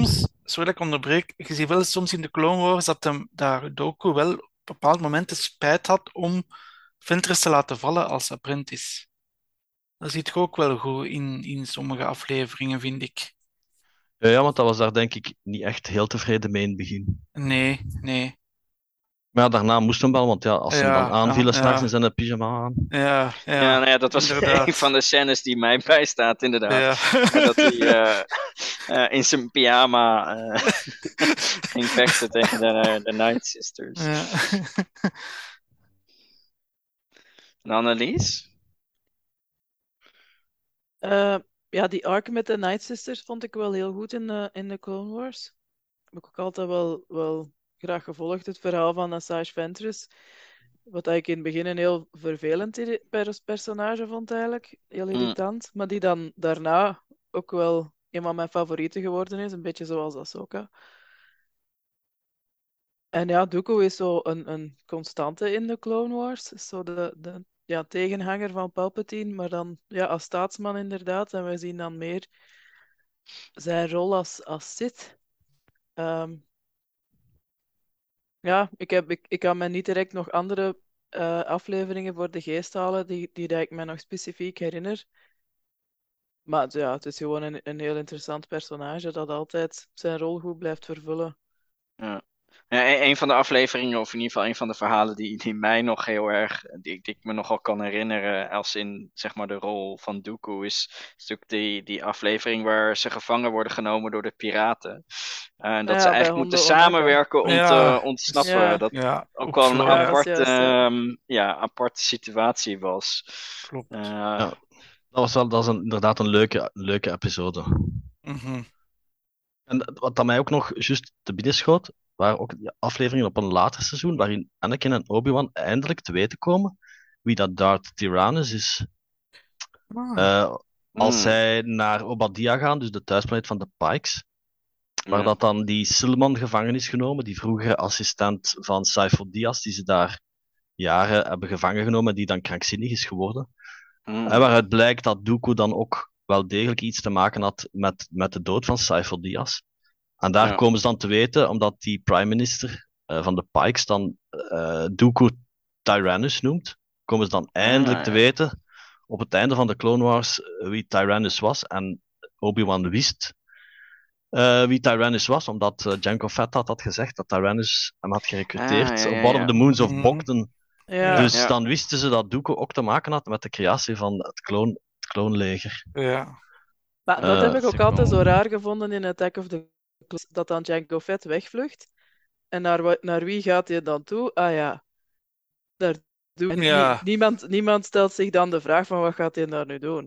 sorry dat ik onderbreek, je ziet wel soms in de Clone Wars dat daar Dooku wel op bepaalde momenten spijt had om Ventress te laten vallen als apprentice. Dat ziet je ook wel goed in sommige afleveringen, vind ik. Ja, want dat was daar denk ik niet echt heel tevreden mee in het begin. Nee. Maar ja, daarna moest hem wel, want ja, als ze hem dan Ja, aanvielen straks in ja, zijn pyjama aan. ja, Ja, nou ja, dat was inderdaad. een van de scènes die mij bijstaat, inderdaad. Ja. Dat hij in zijn pyjama ging vechten tegen de Night Sisters. Ja. En Annelies? Ja, die arc met de Night Sisters vond ik wel heel goed in de Clone Wars. Heb ik ook altijd wel graag gevolgd, het verhaal van Asajj Ventress. Wat ik in het begin een heel vervelend personage vond eigenlijk. Heel irritant. Maar die dan daarna ook wel een van mijn favorieten geworden is. Een beetje zoals Ahsoka. En ja, Dooku is zo een constante in de Clone Wars. Is zo de tegenhanger van Palpatine. Maar dan als staatsman inderdaad. En we zien dan meer zijn rol als Sith. Ja, ik kan me niet direct nog andere afleveringen voor de geest halen die dat ik me nog specifiek herinner. Maar ja, het is gewoon een heel interessant personage dat altijd zijn rol goed blijft vervullen. Ja. Ja, een van de afleveringen, of in ieder geval een van de verhalen die mij nog heel erg, die ik me nogal kan herinneren, als in zeg maar de rol van Dooku, is natuurlijk die aflevering waar ze gevangen worden genomen door de piraten. En dat ze Ja, bij eigenlijk moeten Hondo Onaga. samenwerken om Ja. te ontsnappen. Ja. Dat Ja, ook wel een zo, ja. aparte, dat is juist, aparte situatie was. Klopt. Ja. Dat is inderdaad een leuke episode. Mhm. En wat dat mij ook nog juist te binnen schoot, waren ook die afleveringen op een later seizoen, waarin Anakin en Obi-Wan eindelijk te weten komen wie dat Darth Tyrannus is. Als zij naar Obadia gaan, dus de thuisplaneet van de Pikes, waar Ja. dat dan die Silman gevangen is genomen, die vroegere assistent van Sifo Dyas, die ze daar jaren hebben gevangen genomen, die dan krankzinnig is geworden. En waaruit blijkt dat Dooku dan ook wel degelijk iets te maken had met de dood van Sifo Dyas. En daar Ja. komen ze dan te weten, omdat die prime minister van de Pikes dan Dooku Tyrannus noemt, komen ze dan eindelijk te weten, op het einde van de Clone Wars, wie Tyrannus was. En Obi-Wan wist wie Tyrannus was, omdat Jango Fett had gezegd dat Tyrannus hem had gerecruiteerd op One of the Moons of Mhm. Bogdan. Ja. Dus Ja. dan wisten ze dat Dooku ook te maken had met de creatie van het kloonleger. Ja. Maar dat heb ik dat ook is altijd wel- zo raar gevonden in Attack of the Clones, dat dan Jango Fett wegvlucht. En naar wie gaat hij dan toe? Ah ja, daar doe en Ja. niemand stelt zich dan de vraag van wat gaat hij daar nu doen?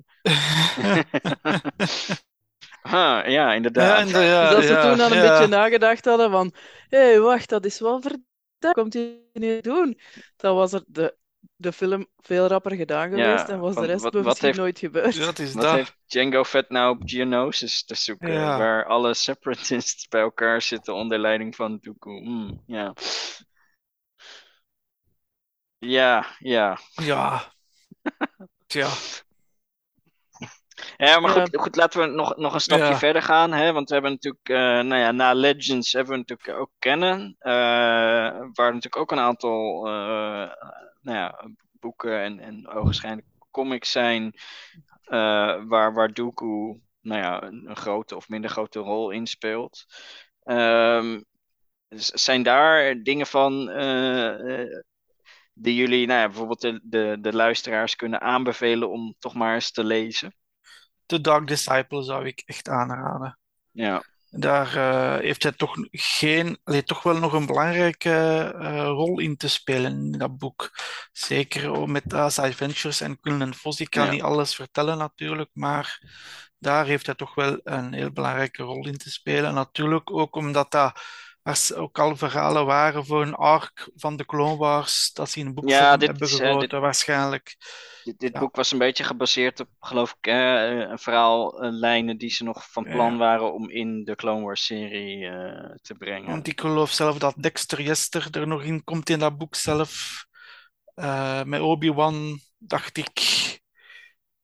Ja, inderdaad. Ja, Dus als ze ja, toen dan een ja. beetje nagedacht hadden van hé, wacht, dat is wel verdacht, wat komt hij nu doen? Dan was er de film veel rapper gedaan geweest en was de van rest wat misschien heeft- nooit gebeurd. Ja, het is Wat dat. heeft Jango Fett nou op Geonosis te zoeken? Ja. Waar alle separatists bij elkaar zitten onder leiding van Dooku. Ja. Ja. Ja. Tja. Ja, maar Ja. goed, laten we nog een stapje Ja. verder gaan. Hè? Want we hebben natuurlijk, na Legends hebben we natuurlijk ook Canon. Waar natuurlijk ook een aantal boeken en ogenschijnlijk comics zijn. Waar Dooku een grote of minder grote rol in speelt. Zijn daar dingen van die jullie bijvoorbeeld de luisteraars kunnen aanbevelen om toch maar eens te lezen? The Dark Disciple zou ik echt aanraden. Ja. Daar heeft hij toch wel nog een belangrijke rol in te spelen in dat boek. Zeker ook met Asajj Ventress en Quinlan Vos. Ik kan Ja. niet alles vertellen natuurlijk, maar daar heeft hij toch wel een heel belangrijke rol in te spelen. Natuurlijk ook omdat dat ook al verhalen waren voor een arc van de Clone Wars, dat ze in een boekvorm dit hebben is, gegoten, waarschijnlijk. Dit Ja. boek was een beetje gebaseerd op, geloof ik, een verhaallijnen die ze nog van plan Ja. waren om in de Clone Wars serie te brengen. Want ik geloof zelf dat Dexter Yester er nog in komt in dat boek zelf. Met Obi-Wan dacht ik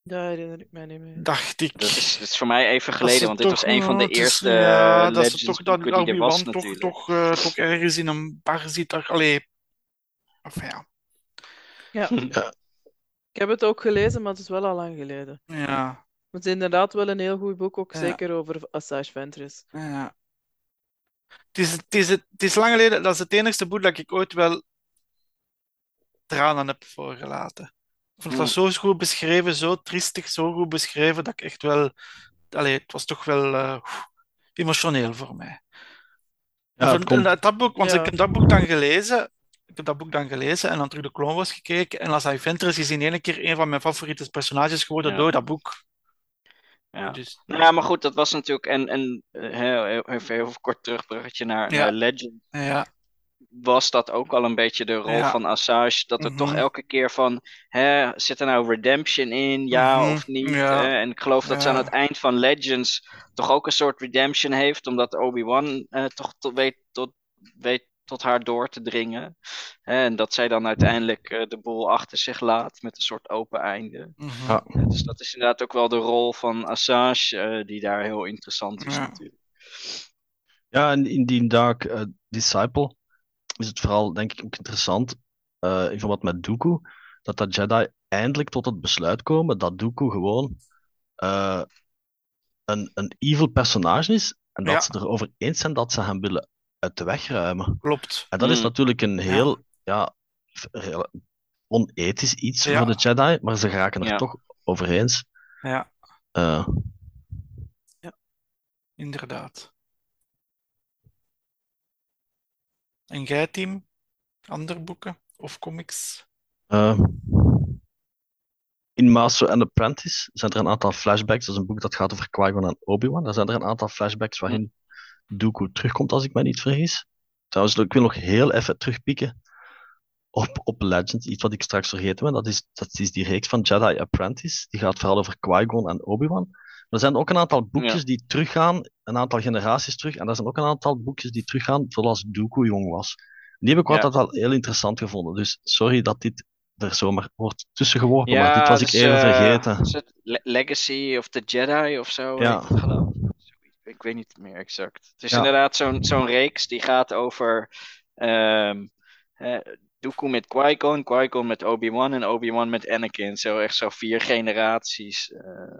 Daar herinner ik mij niet meer. dacht ik. Dat is voor mij even Dat geleden, ze want dit was toch, een van de het is, eerste ja, dat ze Legends toch dat boeken die er was Obi-Wan natuurlijk. toch ergens in een bar zit. Allee, enfin, ja. Ja, Ja, ik heb het ook gelezen, maar het is wel al lang geleden. Ja, Het is inderdaad wel een heel goed boek, ook ja, zeker over Asajj Ventress. ja. Het is lang geleden, dat is het enigste boek dat ik ooit wel tranen heb voorgelaten. Ik vond dat zo goed beschreven, zo triestig, zo goed beschreven, dat ik echt wel... Allee, het was toch wel emotioneel voor mij. ja, het komt. Dat boek, want ik Ja, heb dat boek dan gelezen. Ik heb dat boek dan gelezen en dan terug de Clone Wars gekeken. En Asajj Ventress is in één keer een van mijn favoriete personages geworden Ja. door dat boek. Ja. Dus, Nou ja, maar goed, dat was natuurlijk. En heel kort terugbruggetje naar ja, Legend. ja, Was dat ook al een beetje de rol ja. van Asajj? Dat er toch Mhm, elke keer van. Zit er nou redemption in? Ja mhm, of niet? ja, En ik geloof dat ze aan het ja. eind van Legends toch ook een soort redemption heeft. Omdat Obi-Wan toch weet tot haar door te dringen. En dat zij dan uiteindelijk de boel achter zich laat met een soort open einde. Mhm, Ja, Dus dat is inderdaad ook wel de rol van Assange, die daar heel interessant is ja. natuurlijk. ja, en in die Dark Disciple is het vooral, denk ik, ook interessant, in verband met Dooku, dat Jedi eindelijk tot het besluit komen dat Dooku gewoon eh, een evil personage is en dat Ja, ze erover eens zijn dat ze hem willen uit de weg ruimen. klopt. En dat is Mm. natuurlijk een Ja, heel, ja, onethisch iets voor de ja, Jedi, maar ze geraken er Ja. toch over eens. ja, Eh, inderdaad. En jij, Team? Andere boeken of comics? eh, in Master and Apprentice zijn er een aantal flashbacks. Dat is een boek dat gaat over Qui-Gon en Obi-Wan. Daar zijn er een aantal flashbacks waarin Dooku terugkomt, als ik mij niet vergis. Trouwens, ik wil nog heel even terugpieken op Legends. Iets wat ik straks vergeten ben. Dat is die reeks van Jedi Apprentice. Die gaat vooral over Qui-Gon en Obi-Wan. Er zijn ook een aantal boekjes die teruggaan, een aantal generaties terug. En er zijn ook een aantal boekjes die teruggaan zoals Dooku jong was. Die heb ik Ja. altijd wel heel interessant gevonden. Dus sorry dat dit er zomaar wordt tussengeworpen, maar Ja, dit was ik dus, even vergeten. is het Legacy of the Jedi of zo? Ja. Heet het, geloof ik. Ik weet niet meer exact. Het is Ja. inderdaad zo'n reeks die gaat over Dooku met Qui-Gon, Qui-Gon met Obi-Wan en Obi-Wan met Anakin. Zo echt zo 4 generaties.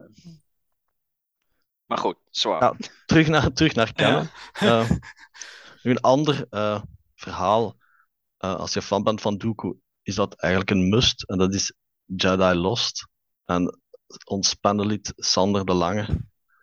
Maar goed, zwaar. Ja, terug naar Canon. Nu een ander verhaal, als je fan bent van Dooku, is dat eigenlijk een must. En dat is Jedi Lost. En ons panelid Sander de Lange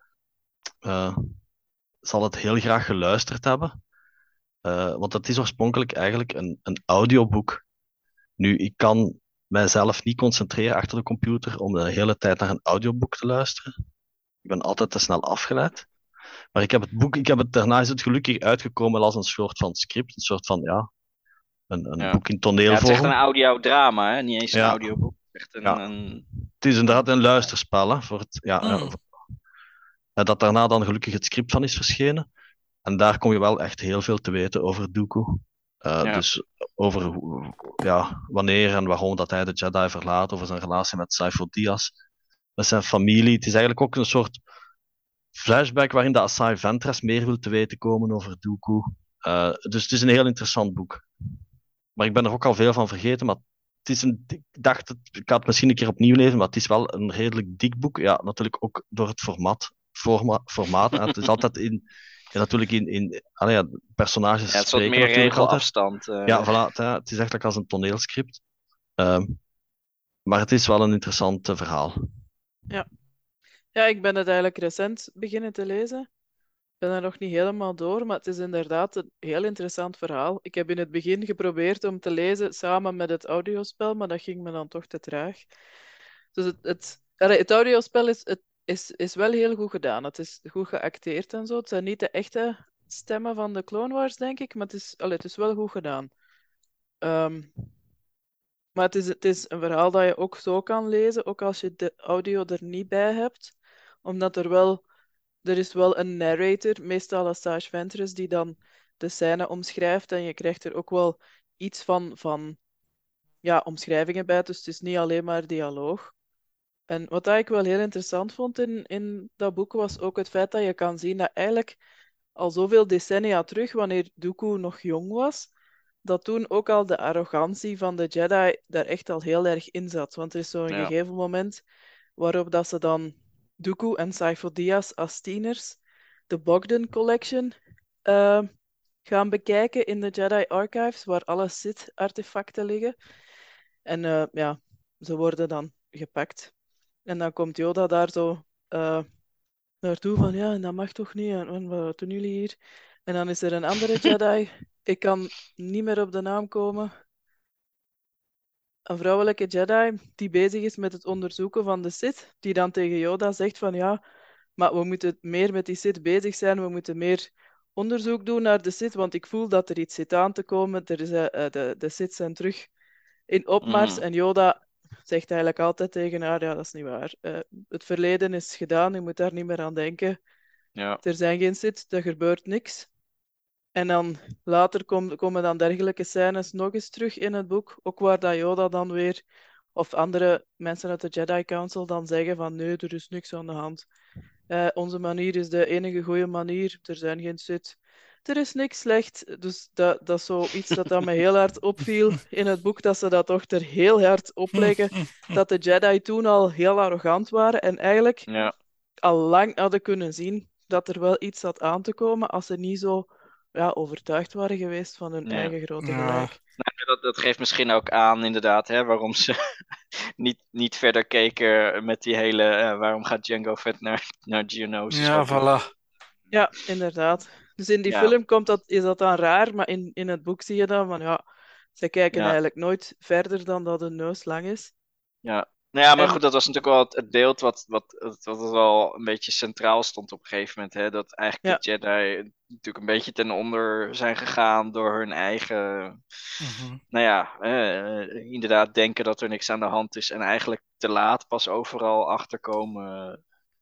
zal het heel graag geluisterd hebben. Want het is oorspronkelijk eigenlijk een audioboek. Nu, ik kan mijzelf niet concentreren achter de computer om de hele tijd naar een audioboek te luisteren. Ik ben altijd te snel afgeleid. Maar daarna is het gelukkig uitgekomen als een soort van script, een soort van, ja, een Ja. boek in Ja, het is toneelvorm. echt een audiodrama, hè? Niet eens een Ja. audioboek. Echt Ja. een... Het is inderdaad een luisterspel, hè, voor het, Mm. dat daarna dan gelukkig het script van is verschenen. En daar kom je wel echt heel veel te weten over Dooku. Ja. Dus over wanneer en waarom dat hij de Jedi verlaat, over zijn relatie met Sifo Dyas, met zijn familie. Het is eigenlijk ook een soort flashback waarin de Asajj Ventress meer wil te weten komen over Dooku. Dus het is een heel interessant boek. Maar ik ben er ook al veel van vergeten, maar ik dacht, ik ga het misschien een keer opnieuw lezen, maar het is wel een redelijk dik boek. Ja, natuurlijk ook door het formaat. Het is altijd natuurlijk in personages Ja, het is wat spreken meer natuurlijk altijd. regelafstand. Ja, voilà, het is eigenlijk als een toneelscript. Maar het is wel een interessant verhaal. Ja, ik ben het eigenlijk recent beginnen te lezen. Ik ben er nog niet helemaal door, maar het is inderdaad een heel interessant verhaal. Ik heb in het begin geprobeerd om te lezen samen met het audiospel, maar dat ging me dan toch te traag. Dus het audiospel is wel heel goed gedaan. Het is goed geacteerd en zo. Het zijn niet de echte stemmen van de Clone Wars, denk ik, maar het is wel goed gedaan. Maar het is een verhaal dat je ook zo kan lezen, ook als je de audio er niet bij hebt. Omdat er is wel een narrator, meestal Asajj Ventress, die dan de scène omschrijft. En je krijgt er ook wel iets van omschrijvingen bij. Dus het is niet alleen maar dialoog. En wat ik wel heel interessant vond in dat boek was ook het feit dat je kan zien dat eigenlijk al zoveel decennia terug, wanneer Dooku nog jong was, dat toen ook al de arrogantie van de Jedi daar echt al heel erg in zat. Want er is zo'n Ja. gegeven moment waarop dat ze dan Dooku en Sifo Dyas als tieners de Bogdan Collection eh, gaan bekijken in de Jedi Archives, waar alle Sith-artefacten liggen. En ja, ze worden dan gepakt. En dan komt Yoda daar zo naartoe van, ja, en dat mag toch niet, en wat doen jullie hier? En dan is er een andere Jedi, ik kan niet meer op de naam komen, een vrouwelijke Jedi die bezig is met het onderzoeken van de Sith, die dan tegen Yoda zegt van, ja, maar we moeten meer met die Sith bezig zijn, we moeten meer onderzoek doen naar de Sith, want ik voel dat er iets zit aan te komen, er is, de Sith zijn terug in opmars. En Yoda zegt eigenlijk altijd tegen haar, ja, dat is niet waar. Het verleden is gedaan, je moet daar niet meer aan denken. Ja. Er zijn geen Sith, er gebeurt niks. En dan later komen dan dergelijke scènes nog eens terug in het boek. Ook waar dat Yoda dan weer, of andere mensen uit de Jedi Council dan zeggen van nee, er is niks aan de hand. Onze manier is de enige goede manier. Er zijn geen Sith. Er is niks slecht. Dus dat is zoiets dat me heel hard opviel in het boek, dat ze dat toch er heel hard op leggen. Dat de Jedi toen al heel arrogant waren en eigenlijk Ja. al lang hadden kunnen zien dat er wel iets zat aan te komen als ze niet zo overtuigd waren geweest van hun Ja. eigen grote Ja. gelijk. Nou, dat geeft misschien ook aan, inderdaad, hè, waarom ze niet verder keken met die hele. Waarom gaat Django Fett naar Geonosis? Ja, Wat- voilà. Ja, inderdaad. Dus in die Ja. film is dat dan raar, maar in het boek zie je dan van ja, ze kijken Ja. eigenlijk nooit verder dan dat hun neus lang is. Ja. Nou ja, maar En- goed, dat was natuurlijk wel het beeld wat wel een beetje centraal stond op een gegeven moment. Hè? Dat eigenlijk de Jedi natuurlijk een beetje ten onder zijn gegaan door hun eigen, Mhm. nou ja, inderdaad denken dat er niks aan de hand is en eigenlijk te laat pas overal achterkomen.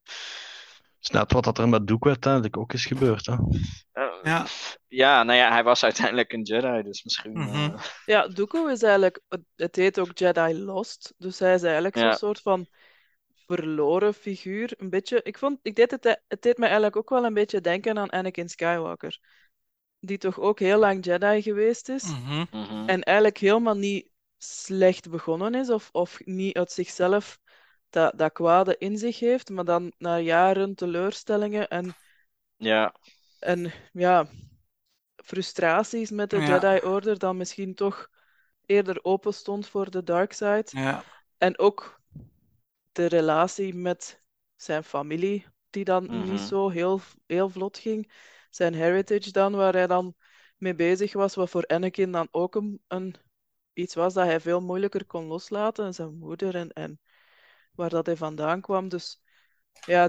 is net wat dat er met Dooku uiteindelijk ook is gebeurd. Hè? Ja. Ja, nou ja, hij was uiteindelijk een Jedi, dus misschien. Mhm. Ja, Dooku is eigenlijk, het heet ook Jedi Lost, dus hij is eigenlijk Ja. zo'n soort van verloren figuur. Een beetje, het deed me eigenlijk ook wel een beetje denken aan Anakin Skywalker, die toch ook heel lang Jedi geweest is. Mhm. Mhm. En eigenlijk helemaal niet slecht begonnen is, of niet uit zichzelf dat kwade in zich heeft, maar dan na jaren teleurstellingen Ja, en ja, frustraties met de Ja. Jedi Order, dan misschien toch eerder open stond voor de dark side. Ja. En ook de relatie met zijn familie, die dan Mhm. niet zo heel vlot ging. Zijn heritage dan, waar hij dan mee bezig was, wat voor Anakin dan ook iets was dat hij veel moeilijker kon loslaten. En zijn moeder en waar dat hij vandaan kwam. Dus ja,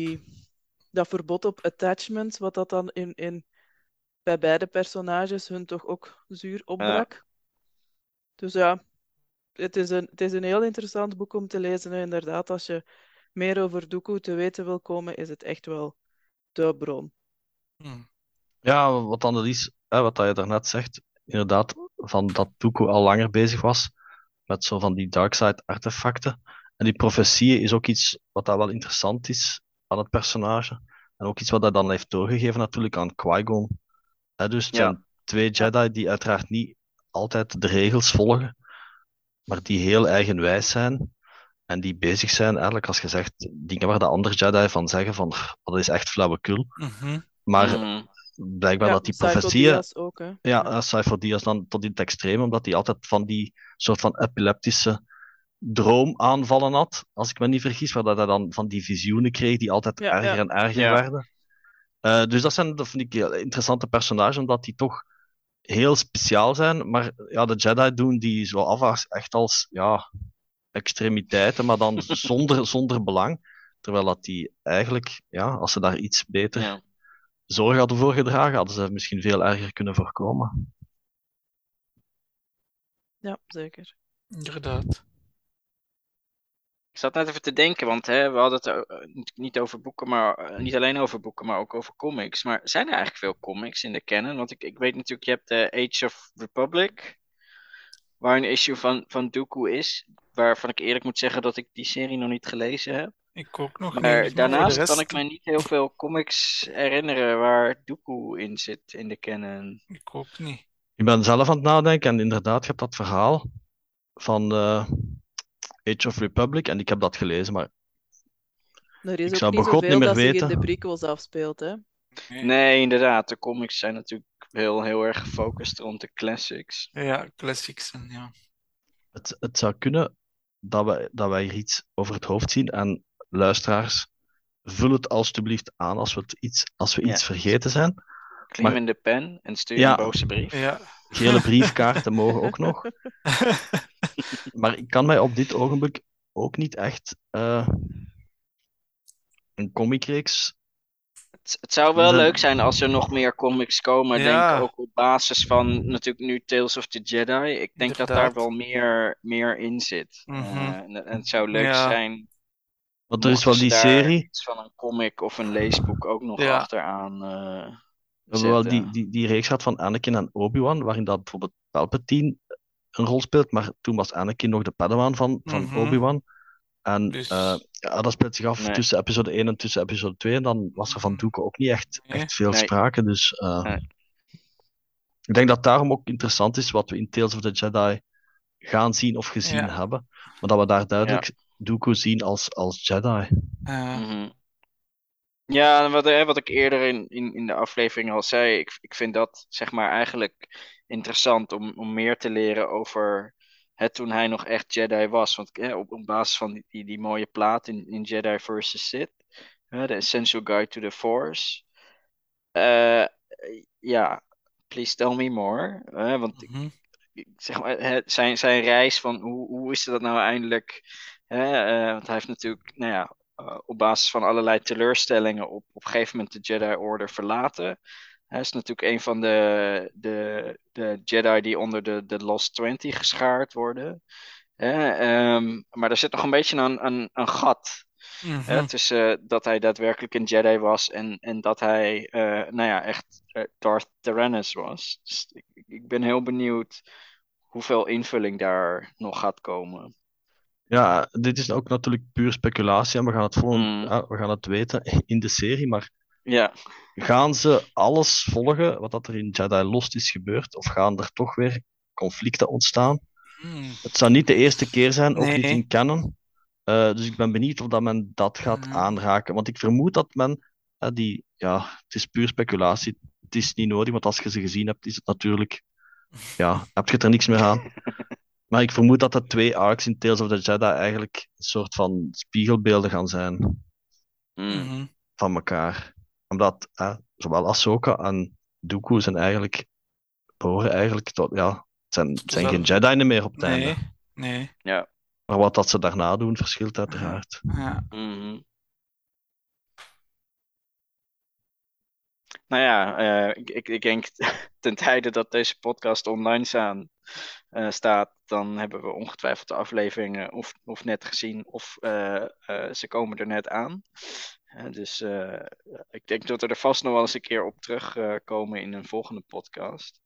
dat verbod op attachment, wat dat dan bij beide personages hun toch ook zuur opbrak. Dus ja, het is een heel interessant boek om te lezen. En inderdaad, als je meer over Dooku te weten wil komen, is het echt wel de bron. Mhm. Ja, wat dan dat is, wat dat je daarnet zegt, inderdaad, van dat Dooku al langer bezig was met zo van die darkside artefacten. En die profetieën is ook iets wat dat wel interessant is aan het personage. En ook iets wat hij dan heeft doorgegeven natuurlijk aan Qui-Gon. Dus het Ja. zijn twee Jedi die uiteraard niet altijd de regels volgen, maar die heel eigenwijs zijn. En die bezig zijn, eigenlijk, als je zegt, dingen waar de andere Jedi van zeggen van, dat is echt flauwekul. Mhm. Maar Mhm. blijkbaar Ja, dat die Psycho profetieën, Diaz ook, hè. ja, Cypher Diaz dan tot in het extreme, omdat hij altijd van die soort van epileptische droomaanvallen had, als ik me niet vergis, waar dat hij dan van die visioenen kreeg die altijd Ja, erger ja. en erger Ja. werden. Dus dat vind ik heel interessante personages, omdat die toch heel speciaal zijn, maar ja, de Jedi doen die zo af echt als ja, extremiteiten, maar dan zonder belang. Terwijl dat die eigenlijk, ja, als ze daar iets beter Ja. zorg hadden voor gedragen, hadden ze misschien veel erger kunnen voorkomen. Ja, zeker. Inderdaad. Ik zat net even te denken, want hè, we hadden het niet over boeken, maar niet alleen over boeken, maar ook over comics. Maar zijn er eigenlijk veel comics in de canon? Want ik weet natuurlijk, je hebt de Age of Republic. waar een issue van Dooku is. Waarvan ik eerlijk moet zeggen dat ik die serie nog niet gelezen heb. Ik ook nog Maar niet, maar voor de daarnaast kan ik rest, me niet heel veel comics herinneren waar Dooku in zit in de canon. ik ook niet. Ik ben zelf aan het nadenken en inderdaad, je hebt dat verhaal van Age of Republic en ik heb dat gelezen, maar Er is ik ook zou niet begot niet zoveel meer dat zich in de weten. prequels afspeelt, hè. Nee, inderdaad. De comics zijn natuurlijk heel erg gefocust rond de classics. Ja, classics en ja. Het zou kunnen dat wij hier iets over het hoofd zien en luisteraars, vul het alstublieft aan als we Ja. iets vergeten zijn. Klim Maar- in de pen en stuur Ja. een boze brief. Ja. Gele briefkaarten mogen ook nog. Maar ik kan mij op dit ogenblik ook niet echt een comicreeks. Het zou wel zijn- leuk zijn als er nog meer comics komen. Ja. Denk ook op basis van natuurlijk nu Tales of the Jedi. Ik denk dat daar Inderdaad. wel meer in zit. Mhm. En het zou leuk Ja. zijn. Want er is wel mochten die ze daar serie. iets van een comic of een leesboek ook nog Ja. achteraan We hebben wel zetten. die reeks gehad van Anakin en Obi-Wan, waarin dat bijvoorbeeld Palpatine een rol speelt, maar toen was Anakin nog de Padawan van Mhm. Obi-Wan. En Dus- ja, dat speelt zich af Nee. tussen episode 1 en tussen episode 2. En dan was er van Dooku ook niet echt Nee. veel Nee. sprake. Dus Nee. ik denk dat daarom ook interessant is wat we in Tales of the Jedi gaan zien of gezien Ja. hebben. Maar dat we daar duidelijk Dooku zien als Jedi. Mhm. Ja, en wat ik eerder in de aflevering al zei, ik vind dat zeg maar eigenlijk interessant om meer te leren over het toen hij nog echt Jedi was. Want op basis van die mooie plaat in Jedi vs. Sith, The Essential Guide to the Force. Ja, please tell me more. Want Mhm. zeg maar, zijn reis van hoe is dat nou eindelijk? Want hij heeft natuurlijk, nou ja, op basis van allerlei teleurstellingen op een gegeven moment de Jedi Order verlaten. Hij is natuurlijk een van de Jedi die onder de Lost 20 geschaard worden. Maar er zit nog een beetje een gat. Mhm. Tussen dat hij daadwerkelijk een Jedi was en dat hij, nou ja, echt Darth Tyrannus was. Dus ik ben heel benieuwd hoeveel invulling daar nog gaat komen. Ja, dit is ook natuurlijk puur speculatie en we gaan het Mm. we gaan het weten in de serie. Maar Ja, gaan ze alles volgen wat dat er in Jedi Lost is gebeurd? Of gaan er toch weer conflicten ontstaan? Mhm. Het zou niet de eerste keer zijn, ook Nee. niet in canon. Dus ik ben benieuwd of dat men dat gaat Mhm. aanraken. Want ik vermoed dat men het is puur speculatie. Het is niet nodig, want als je ze gezien hebt, is het natuurlijk, heb je er niks meer aan. Maar ik vermoed dat de 2 arcs in Tales of the Jedi eigenlijk een soort van spiegelbeelden gaan zijn Mhm. van elkaar. Omdat zowel Ahsoka en Dooku behoren eigenlijk tot, het zijn geen Jedi meer op het einde. Nee. ja. Maar wat dat ze daarna doen, verschilt uiteraard. Ja. Mhm. Nou ja, ik denk ten tijde dat deze podcast online staat, dan hebben we ongetwijfeld de afleveringen of net gezien of ze komen er net aan. Dus ik denk dat we er vast nog wel eens een keer op terugkomen in een volgende podcast.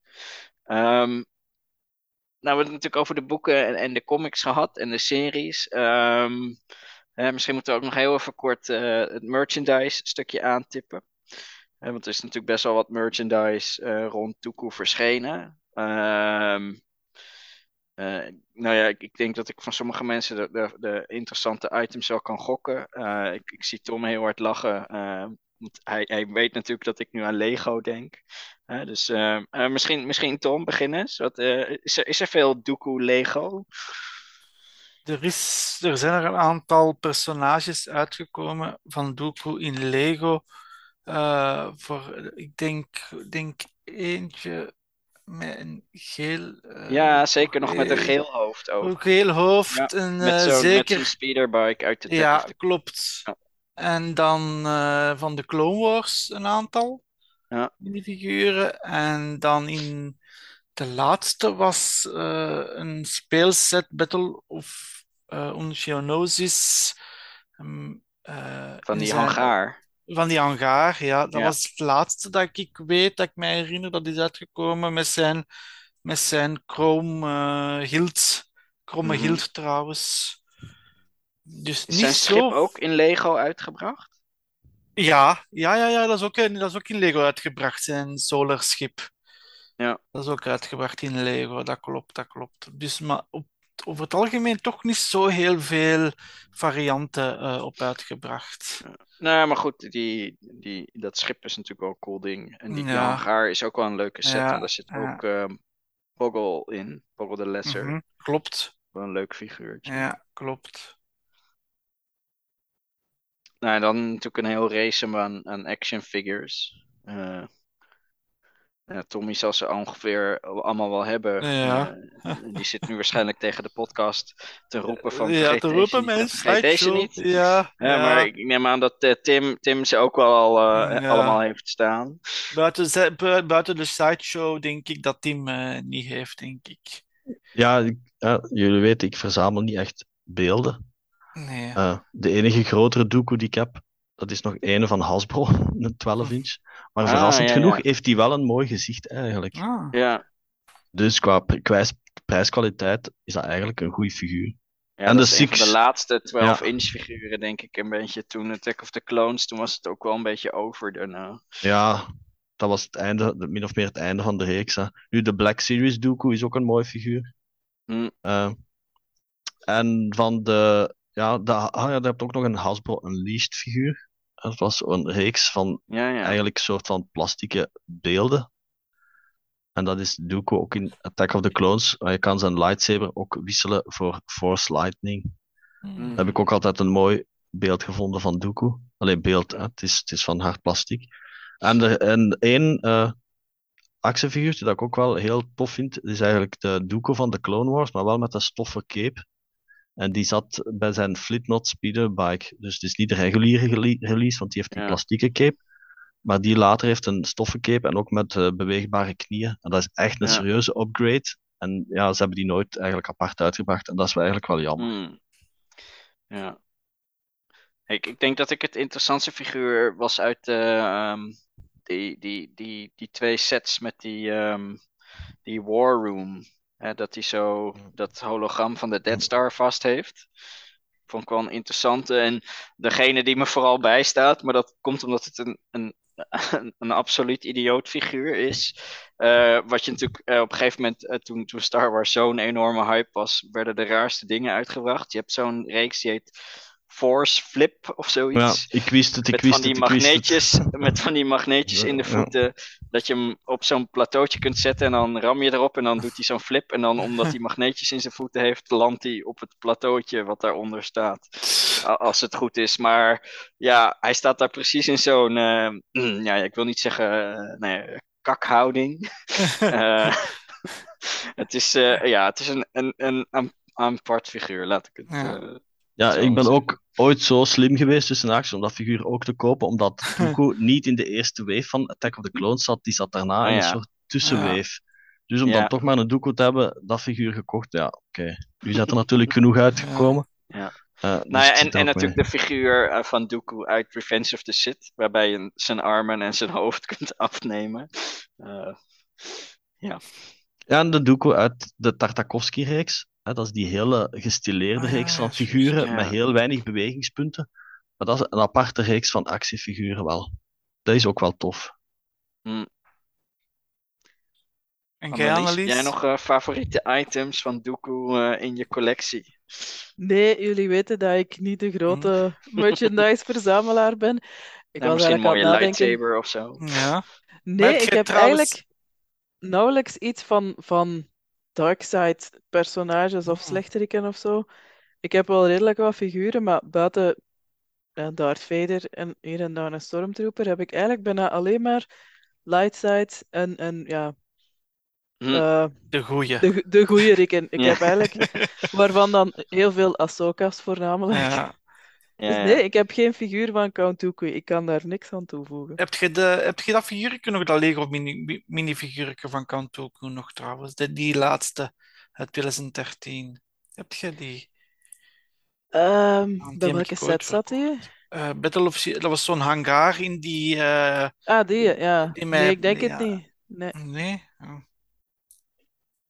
Nou, we hebben het natuurlijk over de boeken en de comics gehad en de series. Misschien moeten we ook nog heel even kort het merchandise stukje aantippen. Want er is natuurlijk best wel wat merchandise rond Dooku verschenen. Nou ja, ik denk dat ik van sommige mensen de interessante items wel kan gokken. Ik zie Tom heel hard lachen. Want hij weet natuurlijk dat ik nu aan Lego denk. Dus misschien Tom, begin eens. Is er veel Dooku Lego? Er zijn er een aantal personages uitgekomen van Dooku in Lego. Ik denk eentje met een geel... Ja, zeker nog met een geel hoofd ook. Een geel hoofd. Ja, en, met zo'n zeker... speederbike uit de Ja, Detective. klopt. Ja. En dan van de Clone Wars een aantal. Ja. Die figuren. En dan in de laatste was een speelset Battle of Geonosis. Van die hangaar. Van die hangaar, ja. Dat Ja. was het laatste dat ik weet, dat ik mij herinner, dat is uitgekomen met zijn met zijn kromme Mhm. hield trouwens. Dus Is niet zijn schip zo... ook in Lego uitgebracht? Ja, dat is ook in Lego uitgebracht, zijn solarschip. Ja. Dat is ook uitgebracht in Lego, dat klopt. Dus, maar over het algemeen toch niet zo heel veel varianten op uitgebracht. Nou, maar goed, dat schip is natuurlijk wel een cool ding. En die Ja, hangar is ook wel een leuke set, want ja, daar zit ook ja. Poggle in. Poggle the Lesser. Klopt. Wel een leuk figuurtje. Ja, klopt. Nou, en dan natuurlijk een heel race aan action figures. Ja, Tommy zal ze ongeveer allemaal wel hebben. Ja. Die zit nu waarschijnlijk tegen de podcast te roepen van Ja, vergeet te deze roepen niet met en een vergeet deze slideshow. niet. Ja, Ja, maar ik neem aan dat Tim ze ook wel al allemaal ja. heeft staan. Buiten de sideshow denk ik dat Tim niet heeft, denk ik. Ja, jullie weten, ik verzamel niet echt beelden. Nee. De enige grotere doekoe die ik heb, dat is nog een van Hasbro, een 12-inch. Maar Ah, verrassend ja, genoeg ja. heeft die wel een mooi gezicht eigenlijk. Ah. Ja, Dus qua prijskwaliteit is dat eigenlijk een goede figuur. ja, En dat de is een van de Six, laatste 12-inch ja, figuren, denk ik, een beetje toen Attack of the Clones. Toen was het ook wel een beetje over daarna. ja, dat was het einde, min of meer het einde van de reeks. Hè. Nu, de Black Series doekoe is ook een mooi figuur. Hm, Eh, en van de, je hebt ook nog een Hasbro Unleashed figuur. Dat was een reeks van ja. eigenlijk een soort van plastieke beelden. En dat is Dooku ook in Attack of the Clones. Maar je kan zijn lightsaber ook wisselen voor Force Lightning. Hmm. Daar heb ik ook altijd een mooi beeld gevonden van Dooku. Alleen beeld, hè. Het is van hard plastic. En één actiefiguurtje dat ik ook wel heel tof vind, is eigenlijk de Dooku van de Clone Wars, maar wel met een stoffen cape. En die zat bij zijn Flipknot speederbike. Dus het is niet de reguliere release, want die heeft een Ja. plastieke cape. Maar die later heeft een stoffen cape en ook met beweegbare knieën. En dat is echt een Ja. serieuze upgrade. En ja, ze hebben die nooit eigenlijk apart uitgebracht. En dat is wel eigenlijk wel jammer. Ja. Ik denk dat ik het interessantste figuur was uit die twee sets met die War Room. Hè, dat hij zo dat hologram van de Death Star vast heeft. Vond ik wel een interessante. En degene die me vooral bijstaat, maar dat komt omdat het een absoluut idioot figuur is. Wat je natuurlijk op een gegeven moment, toen Star Wars zo'n enorme hype was, werden de raarste dingen uitgebracht. Je hebt zo'n reeks die heet Force Flip of Ja, zoiets. ik wist het, ik Met wist van die het, ik wist het. magneetjes, met van die magneetjes in de Ja. voeten. Dat je hem op zo'n plateautje kunt zetten en dan ram je erop en dan doet hij zo'n flip. En dan omdat hij magneetjes in zijn voeten heeft, landt hij op het plateautje wat daaronder staat. Als het goed is. Maar ja, hij staat daar precies in zo'n, ja, ik wil niet zeggen, kakhouding. Eh, het is een apart figuur, laat ik het Ja. Ja, zo ik ben zeggen. ook ooit zo slim geweest tussen haakjes om dat figuur ook te kopen, omdat Dooku niet in de eerste wave van Attack of the Clones zat, die zat daarna in een ja. soort tussenwave. Dus om Ja. dan toch maar een Dooku te hebben, dat figuur gekocht, ja, oké. Nu zijn er natuurlijk genoeg uitgekomen. Ja. Dus Nou ja, ik zit er en ook natuurlijk de figuur van Dooku uit Revenge of the Sith, waarbij je zijn armen en zijn hoofd kunt afnemen. Ja, en de Dooku uit de Tartakovsky-reeks. Dat is die hele gestileerde Ah, ja, reeks van ja, figuren juist, ja. met heel weinig bewegingspunten. Maar dat is een aparte reeks van actiefiguren wel. Dat is ook wel tof. En jij, Annelies, Annelies? jij nog favoriete items van Dooku in je collectie? Nee, jullie weten dat ik niet de grote merchandise-verzamelaar ben. Ik Nou, was misschien een eigenlijk aan mooie het nadenken. lightsaber of zo. Ja. Maar Nee, heb ik jij heb trouwens... eigenlijk nauwelijks iets van Darkseid-personages of slechteriken of zo. Ik heb wel redelijk wat figuren, maar buiten Darth Vader en hier en daar een Stormtrooper heb ik eigenlijk bijna alleen maar Lightside en ja, De goeie. de goeie rikken. Ik Ja. heb eigenlijk, waarvan dan heel veel Ahsoka's voornamelijk. Ja. Dus Ja, nee, ik heb geen figuur van Count Dooku. Ik kan daar niks aan toevoegen. Heb je dat figuurtje nog, dat Lego minifiguurtje van Count Dooku nog trouwens? Die laatste uit 2013. Heb je die? Bij Die heb welke ik ooit set zat die? Battle of dat was zo'n hangar in die... Ah, die, ja. die Nee, ik denk het ja. niet. Nee. Nee? Oh.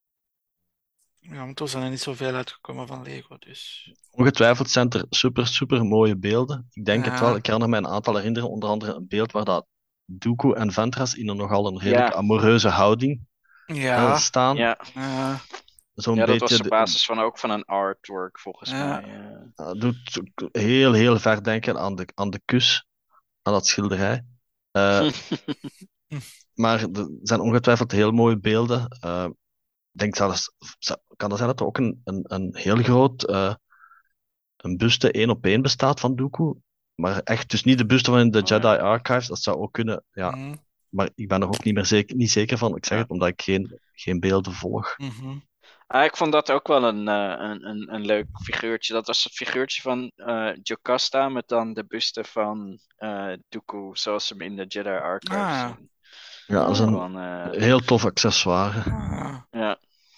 Ja, want er zijn er niet zoveel uitgekomen van Lego, dus... Ongetwijfeld zijn er super, super mooie beelden. Ik denk het wel. Ja, Ik kan er mij een aantal herinneren. Onder andere een beeld waar dat Dooku en Ventress in een nogal een redelijk Ja, amoureuze houding ja, staan. ja. Zo'n Ja, dat was beetje op basis van ook van een artwork, volgens ja. mij. doet heel, heel ver denken aan de kus, aan dat schilderij. Eh, maar er zijn ongetwijfeld heel mooie beelden. Ik denk zelfs, kan er zijn dat er ook een heel groot een buste één op één bestaat van Dooku. Maar echt, dus niet de buste van in de Oh, Jedi ja. Archives. Dat zou ook kunnen, ja. Mhm, Maar ik ben er ook niet zeker van. Ik zeg Ja. het omdat ik geen beelden volg. mhm. Ik vond dat ook wel een leuk figuurtje. Dat was het figuurtje van Jocasta met dan de buste van Dooku, zoals ze hem in de Jedi Archives Ah, zien. Ja, dat is Ook Ah, wel een een, heel tof accessoire. ja.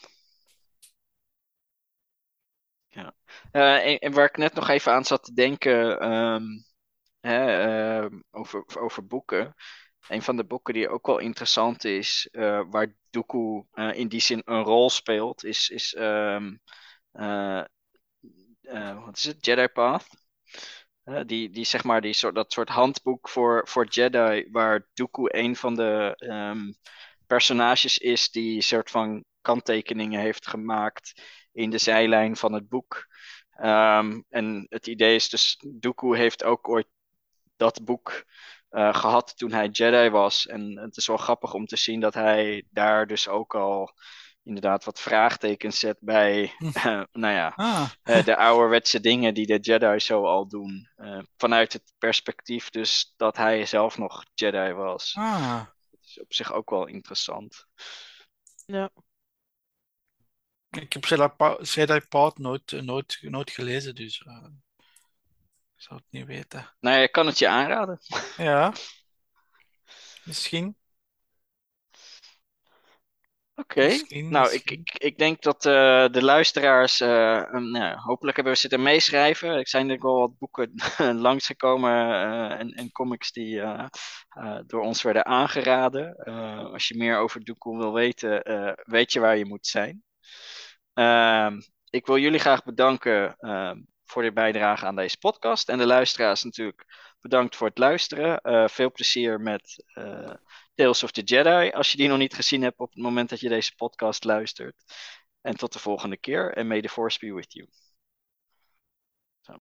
Ja. En waar ik net nog even aan zat te denken, over boeken. Een van de boeken die ook wel interessant is, waar Dooku in die zin een rol speelt, is eh, wat is het? Jedi Path. Die zeg maar, dat soort handboek voor Jedi, waar Dooku een van de personages is die soort van kanttekeningen heeft gemaakt in de zijlijn van het boek. En het idee is dus, Dooku heeft ook ooit dat boek gehad toen hij Jedi was. En het is wel grappig om te zien dat hij daar dus ook al inderdaad wat vraagtekens zet bij, nou ja, Ah, de ouderwetse dingen die de Jedi zo al doen. Vanuit het perspectief dus dat hij zelf nog Jedi was. ah. Dat is op zich ook wel interessant. ja. Ik heb Jedi Path nooit gelezen, dus ik zou het niet weten. Nou ja, ik kan het je aanraden. Ja, misschien. Oké. Nou, Misschien. ik denk dat de luisteraars, nou, hopelijk hebben we zitten meeschrijven. Er zijn denk ik wel wat boeken langsgekomen en comics die door ons werden aangeraden. Als je meer over Dooku wil weten, weet je waar je moet zijn. Ik wil jullie graag bedanken voor de bijdrage aan deze podcast. En de luisteraars natuurlijk bedankt voor het luisteren. Veel plezier met Tales of the Jedi, als je die nog niet gezien hebt op het moment dat je deze podcast luistert. En tot de volgende keer en may the force be with you.